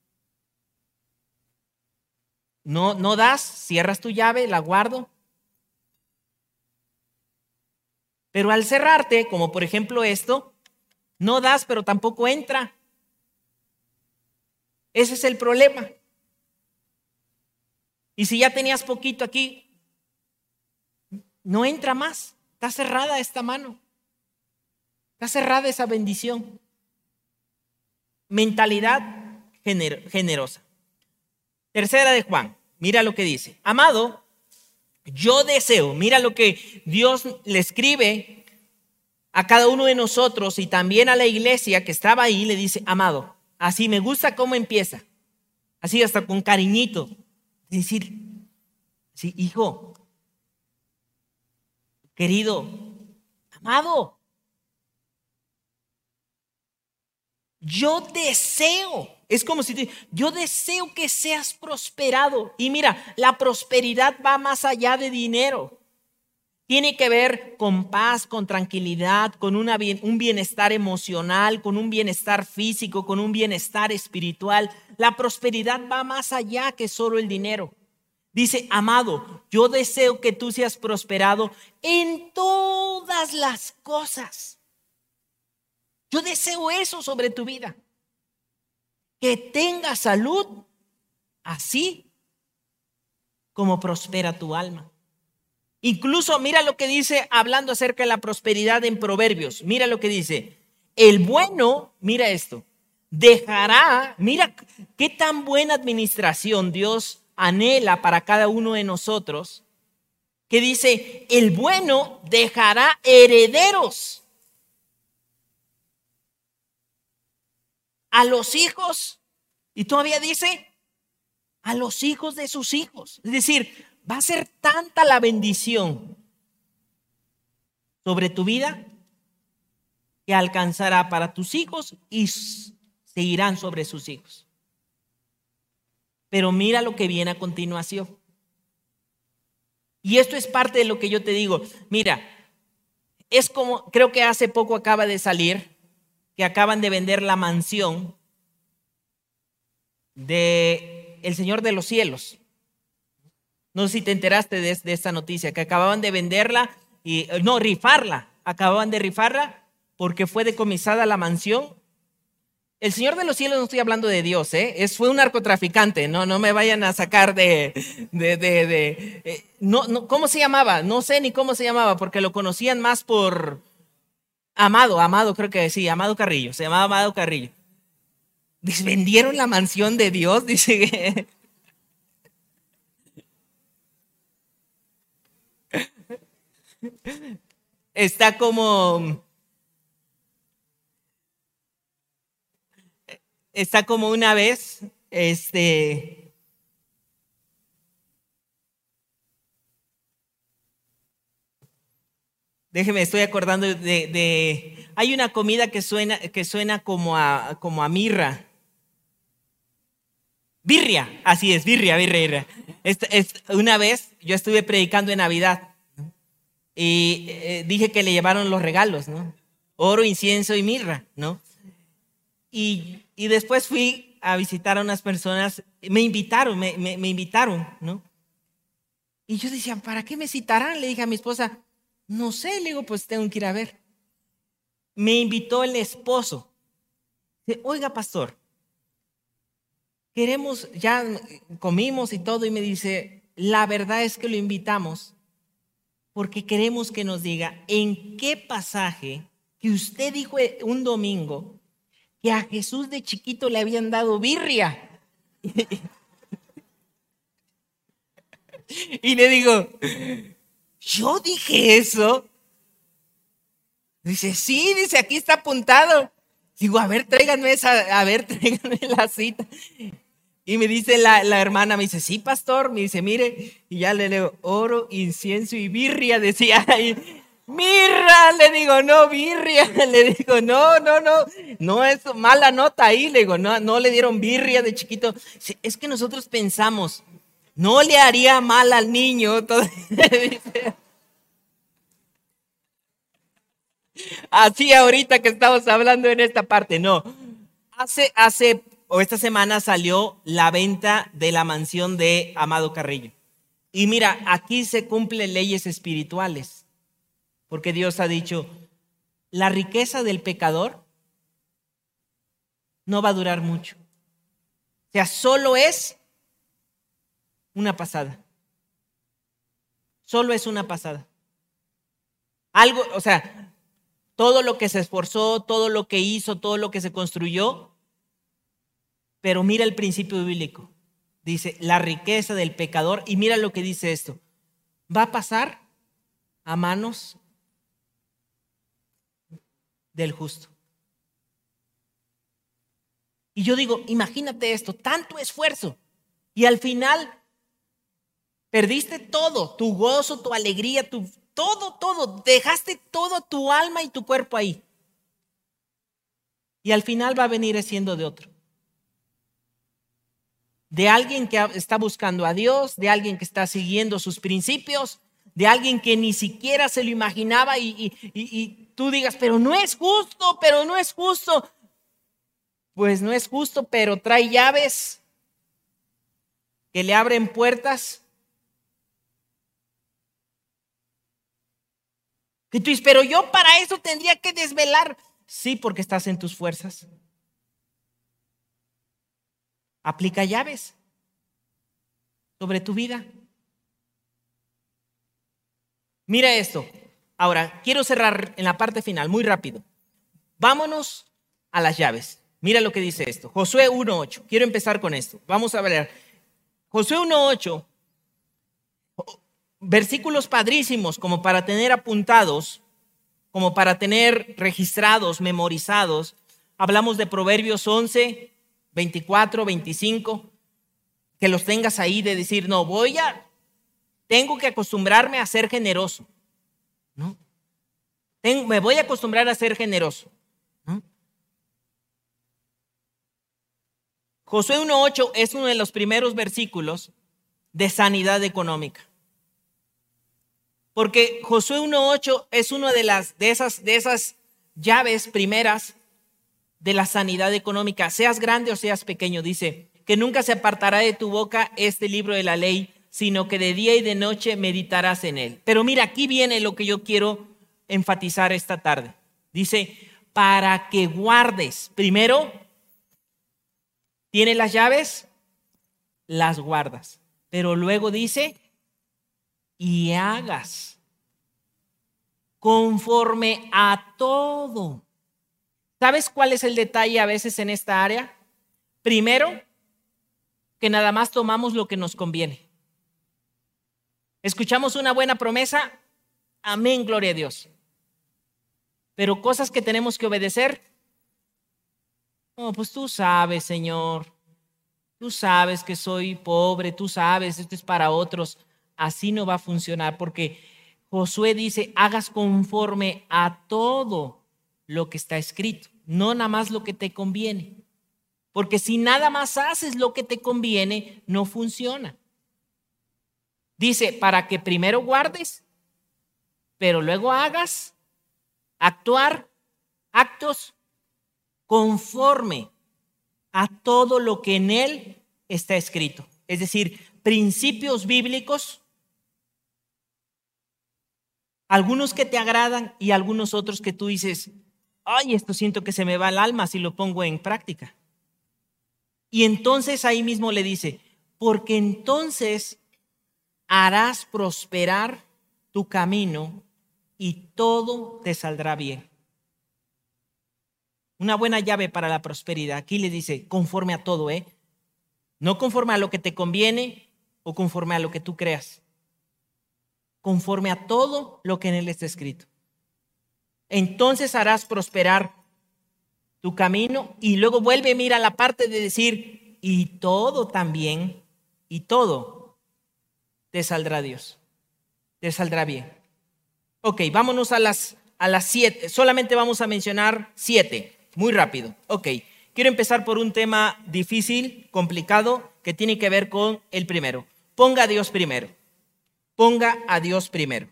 No, no das, cierras tu llave, la guardo. Pero al cerrarte, como por ejemplo esto, no das, pero tampoco entra. Ese es el problema. Y si ya tenías poquito aquí, no entra más. Está cerrada esta mano. Está cerrada esa bendición. Mentalidad gener- generosa. Tercera de Juan. Mira lo que dice. Amado, yo deseo. Mira lo que Dios le escribe a cada uno de nosotros y también a la iglesia que estaba ahí. Le dice, amado, así me gusta cómo empieza. Así hasta con cariñito. Es decir, sí, hijo, querido, amado, yo deseo, es como si te, yo deseo que seas prosperado. Y mira, la prosperidad va más allá de dinero. Tiene que ver con paz, con tranquilidad, con una bien, un bienestar emocional, con un bienestar físico, con un bienestar espiritual. La prosperidad va más allá que solo el dinero. Dice, amado, yo deseo que tú seas prosperado en todas las cosas. Yo deseo eso sobre tu vida. Que tengas salud, así como prospera tu alma. Incluso mira lo que dice hablando acerca de la prosperidad en Proverbios. Mira lo que dice. El bueno, mira esto, dejará, mira qué tan buena administración Dios anhela para cada uno de nosotros, que dice, el bueno dejará herederos. a los hijos, y todavía dice, a los hijos de sus hijos. Es decir, va a ser tanta la bendición sobre tu vida que alcanzará para tus hijos y seguirán sobre sus hijos. Pero mira lo que viene a continuación. Y esto es parte de lo que yo te digo. Mira, es como, creo que hace poco acaba de salir, que acaban de vender la mansión de el Señor de los Cielos. No sé si te enteraste de, de esta noticia, que acababan de venderla, y no, rifarla. Acababan de rifarla porque fue decomisada la mansión. El Señor de los Cielos, no estoy hablando de Dios, ¿eh? Es, fue un narcotraficante, no, no me vayan a sacar de... de, de, de eh, no, no, ¿cómo se llamaba? No sé ni cómo se llamaba, porque lo conocían más por Amado, Amado creo que sí, Amado Carrillo, se llamaba Amado Carrillo. Dice, vendieron la mansión de Dios, dice que... Está como... Está como una vez, este, déjeme, estoy acordando de, de, hay una comida que suena, que suena como a, como a mirra. Birria, así es, birria, birria, birria. Es, es, una vez yo estuve predicando en Navidad y eh, dije que le llevaron los regalos, ¿no? Oro, incienso y mirra, ¿no? Y, y después fui a visitar a unas personas, me invitaron, me, me, me invitaron, ¿no? Y yo decía, ¿para qué me citarán? Le dije a mi esposa, no sé, le digo, pues tengo que ir a ver. Me invitó el esposo. Dice, oiga, pastor, queremos, ya comimos y todo, y me dice, la verdad es que lo invitamos porque queremos que nos diga en qué pasaje que usted dijo un domingo que a Jesús de chiquito le habían dado birria. Y le digo, ¿yo dije eso? Dice, sí, dice, aquí está apuntado. Digo, a ver, tráiganme esa, a ver, tráiganme la cita. Y me dice la, la hermana, me dice, sí, pastor, me dice, mire, y ya le leo, oro, incienso y birria, decía ahí. Mirra, le digo, no, birria, le digo, no, no, no, no es mala nota ahí, le digo, no, no le dieron birria de chiquito. Es que nosotros pensamos, no le haría mal al niño, todo, dice. Así ahorita que estamos hablando en esta parte, no. Hace, hace, o esta semana salió la venta de la mansión de Amado Carrillo. Y mira, aquí se cumplen leyes espirituales. Porque Dios ha dicho, la riqueza del pecador no va a durar mucho. O sea, solo es una pasada. Solo es una pasada. Algo, o sea, todo lo que se esforzó, todo lo que hizo, todo lo que se construyó. Pero mira el principio bíblico. Dice, la riqueza del pecador. Y mira lo que dice esto. Va a pasar a manos del justo. Y yo digo, imagínate esto, tanto esfuerzo y al final perdiste todo, tu gozo, tu alegría, tu, todo, todo, dejaste todo tu alma y tu cuerpo ahí. Y al final va a venir siendo de otro. De alguien que está buscando a Dios, de alguien que está siguiendo sus principios, de alguien que ni siquiera se lo imaginaba y, y, y, y tú digas, pero no es justo, pero no es justo. Pues no es justo, pero trae llaves que le abren puertas. Que tú dices, pero yo para eso tendría que desvelar. Sí, porque estás en tus fuerzas. Aplica llaves sobre tu vida. Mira esto. Ahora, quiero cerrar en la parte final, muy rápido. Vámonos a las llaves. Mira lo que dice esto. Josué uno ocho. Quiero empezar con esto. Vamos a ver. Josué uno ocho. Versículos padrísimos como para tener apuntados, como para tener registrados, memorizados, hablamos de Proverbios once, veinticuatro, veinticinco, que los tengas ahí de decir, no, voy a, tengo que acostumbrarme a ser generoso, ¿no? Tengo, me voy a acostumbrar a ser generoso, ¿no? Josué uno ocho es uno de los primeros versículos de sanidad económica. Porque Josué uno ocho es una de las de esas, de esas llaves primeras de la sanidad económica. Seas grande o seas pequeño, dice que nunca se apartará de tu boca este libro de la ley, sino que de día y de noche meditarás en él. Pero mira, aquí viene lo que yo quiero enfatizar esta tarde. Dice, para que guardes. Primero, ¿tienes las llaves? Las guardas. Pero luego dice, y hagas conforme a todo. ¿Sabes cuál es el detalle a veces en esta área? Primero, que nada más tomamos lo que nos conviene. Escuchamos una buena promesa, amén, gloria a Dios. Pero cosas que tenemos que obedecer, no, pues tú sabes, Señor, tú sabes que soy pobre, tú sabes, esto es para otros. Así no va a funcionar, porque Josué dice, hagas conforme a todo lo que está escrito, no nada más lo que te conviene. Porque si nada más haces lo que te conviene, no funciona. Dice, para que primero guardes, pero luego hagas, actuar, actos conforme a todo lo que en él está escrito. Es decir, principios bíblicos, algunos que te agradan y algunos otros que tú dices, ay, esto siento que se me va el alma si lo pongo en práctica. Y entonces ahí mismo le dice, porque entonces harás prosperar tu camino y todo te saldrá bien. Una buena llave para la prosperidad. Aquí le dice, conforme a todo, ¿eh? No conforme a lo que te conviene o conforme a lo que tú creas. Conforme a todo lo que en él está escrito. Entonces harás prosperar tu camino y luego vuelve, mira la parte de decir, y todo también, y todo te saldrá Dios, te saldrá bien. Ok, vámonos a las, a las siete, solamente vamos a mencionar siete, muy rápido. Ok, quiero empezar por un tema difícil, complicado, que tiene que ver con el primero. Ponga a Dios primero, ponga a Dios primero.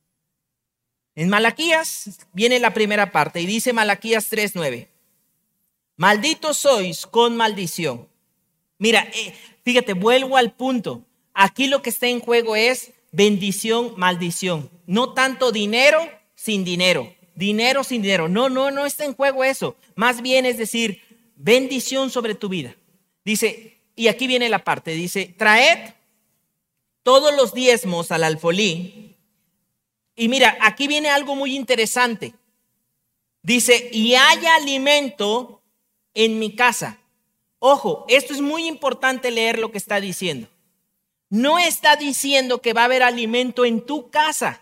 En Malaquías viene la primera parte y dice Malaquías tres nueve. Malditos sois con maldición. Mira, eh, fíjate, vuelvo al punto. Aquí lo que está en juego es bendición, maldición. No tanto dinero sin dinero. Dinero sin dinero. No, no, no está en juego eso. Más bien es decir, bendición sobre tu vida. Dice, y aquí viene la parte, dice, traed todos los diezmos al alfolí. Y mira, aquí viene algo muy interesante. Dice, y haya alimento en mi casa. Ojo, esto es muy importante leer lo que está diciendo. No está diciendo que va a haber alimento en tu casa.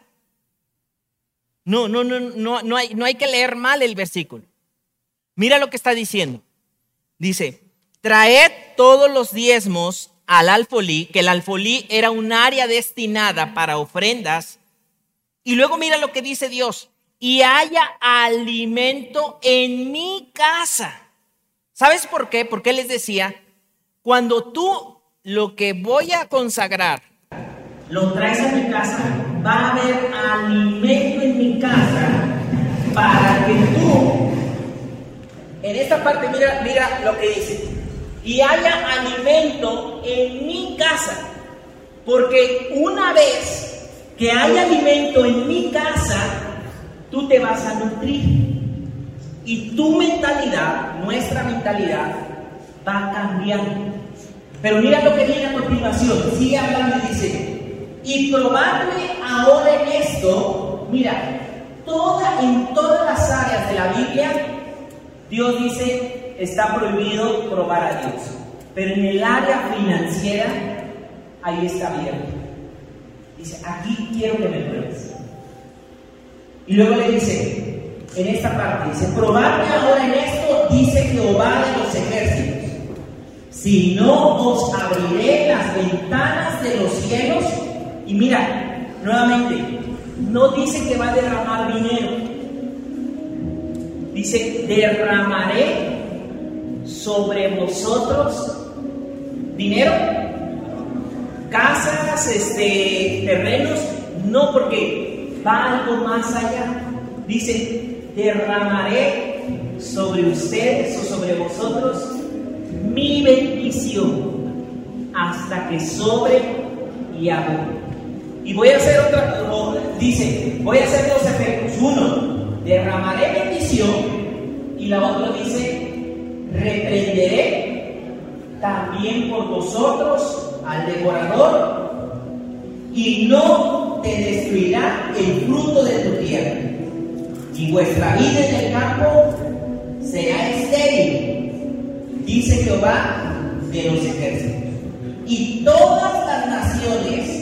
No, no, no, no, no hay, no hay que leer mal el versículo. Mira lo que está diciendo. Dice, traed todos los diezmos al alfolí, que el alfolí era un área destinada para ofrendas. Y luego mira lo que dice Dios, y haya alimento en mi casa. ¿Sabes por qué? Porque Él les decía, cuando tú lo que voy a consagrar lo traes a mi casa, va a haber alimento en mi casa para que tú, en esta parte mira, mira lo que dice, y haya alimento en mi casa, porque una vez que haya alimento en mi casa, tú te vas a nutrir. Y tu mentalidad, nuestra mentalidad, va cambiando. Pero mira lo que viene a continuación. Sigue hablando y dice, y probadme ahora en esto. Mira, toda, en todas las áreas de la Biblia, Dios dice, está prohibido probar a Dios. Pero en el área financiera, ahí está abierto. Dice, aquí quiero que me pruebes. Y luego le dice, en esta parte. Dice, probadme ahora en esto, dice Jehová de los ejércitos. Si no, os abriré las ventanas de los cielos. Y mira, nuevamente, no dice que va a derramar dinero. Dice, derramaré sobre vosotros dinero, casas, este, terrenos. No, porque va algo más allá. Dice, derramaré sobre ustedes o sobre vosotros mi bendición hasta que sobre y abunde. Y voy a hacer otra, dice, voy a hacer dos efectos. Uno, derramaré bendición, y la otra dice, reprenderé también por vosotros al devorador, y no te destruirá el fruto de tu tierra, y vuestra vida en el campo será estéril, dice Jehová de los ejércitos. Y todas las naciones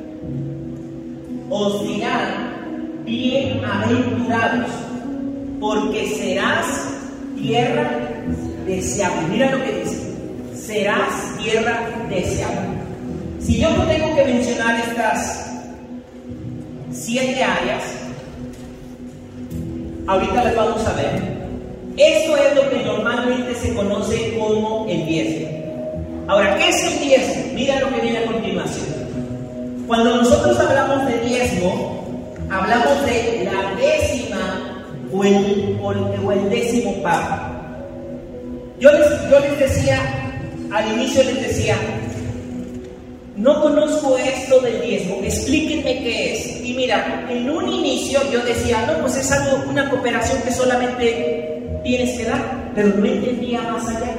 os dirán, bienaventurados, porque serás tierra deseable. Mira lo que dice, serás tierra deseable. Si yo no tengo que mencionar estas siete áreas, ahorita las vamos a ver. Esto es lo que normalmente se conoce como el diezmo. Ahora, ¿qué es el diezmo? Mira lo que viene a continuación. Cuando nosotros hablamos de diezmo, hablamos de la décima o el, o el, o el décimo pago. Yo les, yo les decía, al inicio les decía, no conozco esto del diezmo, explíquenme qué es. Y mira, en un inicio yo decía, no, pues es algo, una cooperación que solamente tienes que dar, pero no entendía más allá.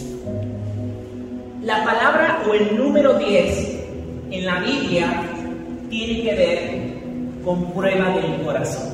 La palabra o el número diez en la Biblia tiene que ver con prueba del corazón.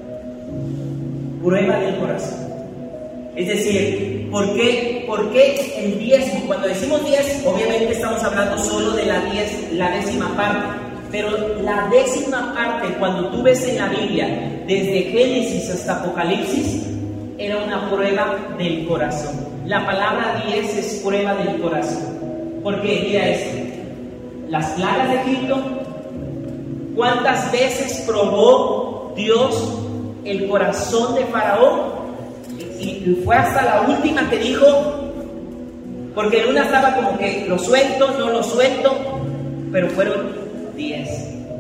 Prueba del corazón. Es decir, ¿por qué, por qué el diezmo? Cuando decimos diez, obviamente estamos hablando solo de la, diez, la décima parte. Pero la décima parte, cuando tú ves en la Biblia, desde Génesis hasta Apocalipsis, era una prueba del corazón. La palabra diez es prueba del corazón. Porque mira esto, las plagas de Egipto, ¿cuántas veces probó Dios el corazón de Faraón? Y fue hasta la última que dijo, porque en una estaba como que lo suelto, no lo suelto, pero fueron diez.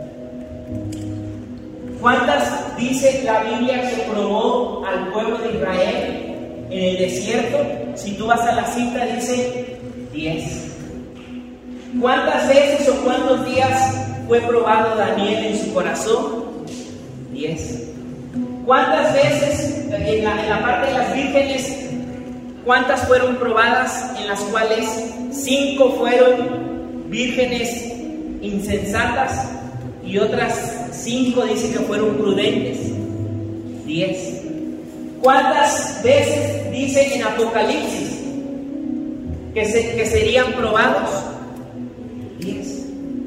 ¿Cuántas dice la Biblia que probó al pueblo de Israel en el desierto? Si tú vas a la cita dice diez. ¿Cuántas veces o cuántos días fue probado Daniel en su corazón? Diez. ¿Cuántas veces en la, en la parte de las vírgenes, cuántas fueron probadas, en las cuales cinco fueron vírgenes insensatas y otras cinco dice que fueron prudentes? Diez. ¿Cuántas veces dice en Apocalipsis que, se, que serían probados? Diez.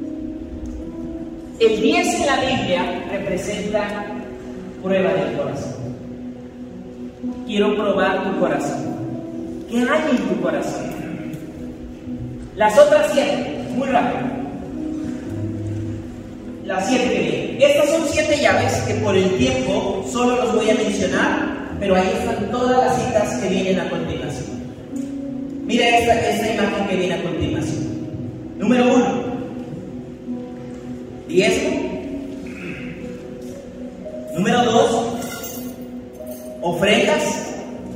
El diez en la Biblia representa prueba del corazón. Quiero probar tu corazón. ¿Qué hay en tu corazón? Las otras siete, muy rápido. Las siete que vienen. Estas son siete llaves que por el tiempo solo los voy a mencionar, pero ahí están todas las citas que vienen a continuación. Mira esta, esta imagen que viene a continuación. Número uno, diezmo. Número dos, ofrendas.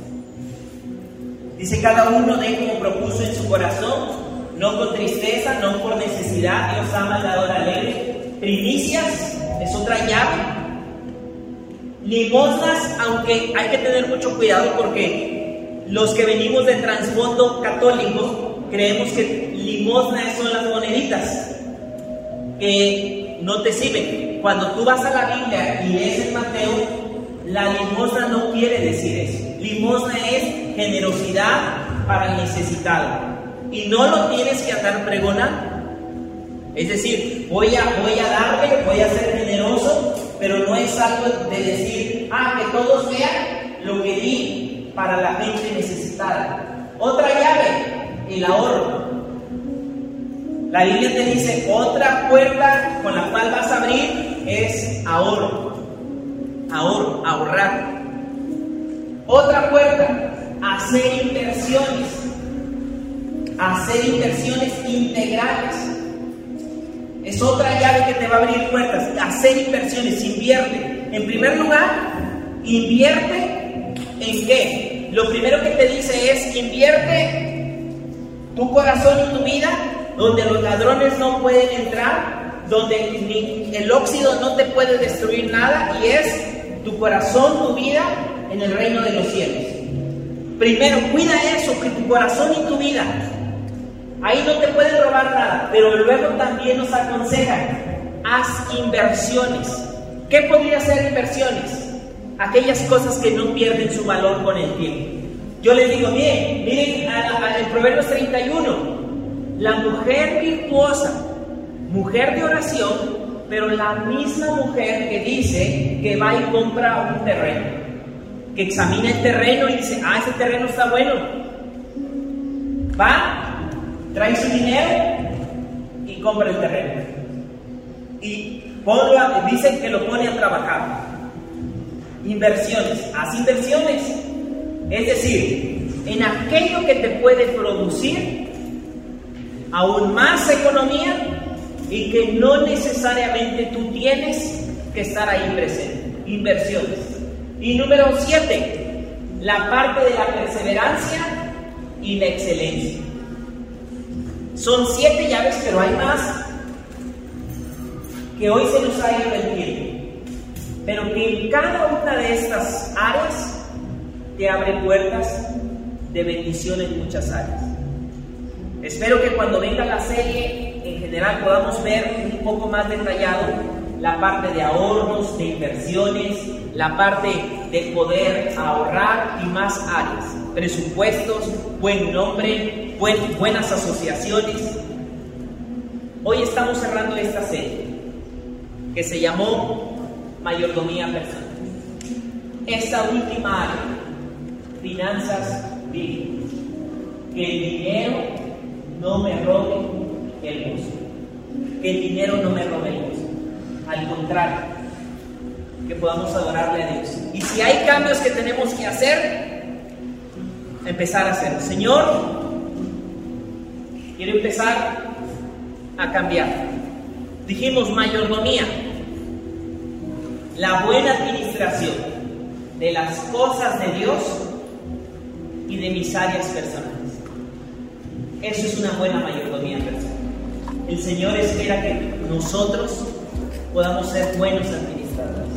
Dice cada uno dé como propuso en su corazón, no con tristeza, no por necesidad. Dios ama al dador alegre. Primicias es otra llave. Limosnas, aunque hay que tener mucho cuidado porque los que venimos de trasfondo católico creemos que limosnas son las moneditas que no te sirven. Cuando tú vas a la Biblia y lees en Mateo, la limosna no quiere decir eso. Limosna es generosidad para el necesitado y no lo tienes que andar pregonando. Es decir, voy a, voy a darle, voy a ser generoso, pero no es algo de decir decir, ah, que todos vean lo que di para la gente necesitada. Otra llave, el ahorro. La Biblia te dice, otra puerta con la cual vas a abrir es ahorro. Ahorro, ahorrar. Otra puerta, hacer inversiones. Hacer inversiones integrales. Es otra llave que te va a abrir puertas. Hacer inversiones, invierte. En primer lugar, invierte ¿en qué? Lo primero que te dice es, invierte tu corazón y tu vida donde los ladrones no pueden entrar, donde ni el óxido no te puede destruir nada, y es tu corazón, tu vida en el reino de los cielos. Primero, cuida eso, que tu corazón y tu vida, ahí no te pueden robar nada. Pero luego también nos aconsejan, haz inversiones. ¿Qué podría ser inversiones? Aquellas cosas que no pierden su valor con el tiempo. Yo les digo, miren, miren a, a, en Proverbios treinta y uno, la mujer virtuosa, mujer de oración, pero la misma mujer que dice que va y compra un terreno, que examina el terreno y dice, ah, ese terreno está bueno, va, trae su dinero y compra el terreno, y ponlo a, dicen que lo pone a trabajar. Inversiones, haz inversiones, es decir, en aquello que te puede producir aún más economía y que no necesariamente tú tienes que estar ahí presente. Inversiones. Y número siete, la parte de la perseverancia y la excelencia. Son siete llaves, pero hay más que hoy se nos ha ido el tiempo, pero que en cada una de estas áreas te abre puertas de bendición en muchas áreas. Espero que cuando venga la serie en general podamos ver un poco más detallado la parte de ahorros, de inversiones, la parte de poder ahorrar y más áreas, presupuestos, buen nombre, buen, buenas asociaciones. Hoy estamos cerrando esta serie que se llamó Mayordomía Personal. Esta última área, finanzas bíblicas, que el dinero no me robe el gozo, que el dinero no me robe el gozo, al contrario, que podamos adorarle a Dios. Y si hay cambios que tenemos que hacer, empezar a hacerlo. Señor, quiero empezar a cambiar. Dijimos mayordomía, la buena administración de las cosas de Dios y de mis áreas personales. Eso es una buena mayordomía personal. El Señor espera que nosotros podamos ser buenos administradores.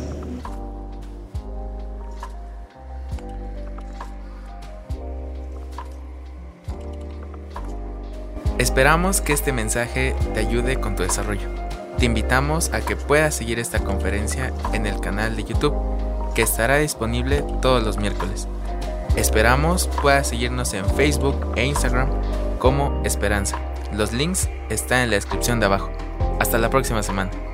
Esperamos que este mensaje te ayude con tu desarrollo. Te invitamos a que puedas seguir esta conferencia en el canal de YouTube, que estará disponible todos los miércoles. Esperamos puedas seguirnos en Facebook e Instagram como Esperanza. Los links están en la descripción de abajo. Hasta la próxima semana.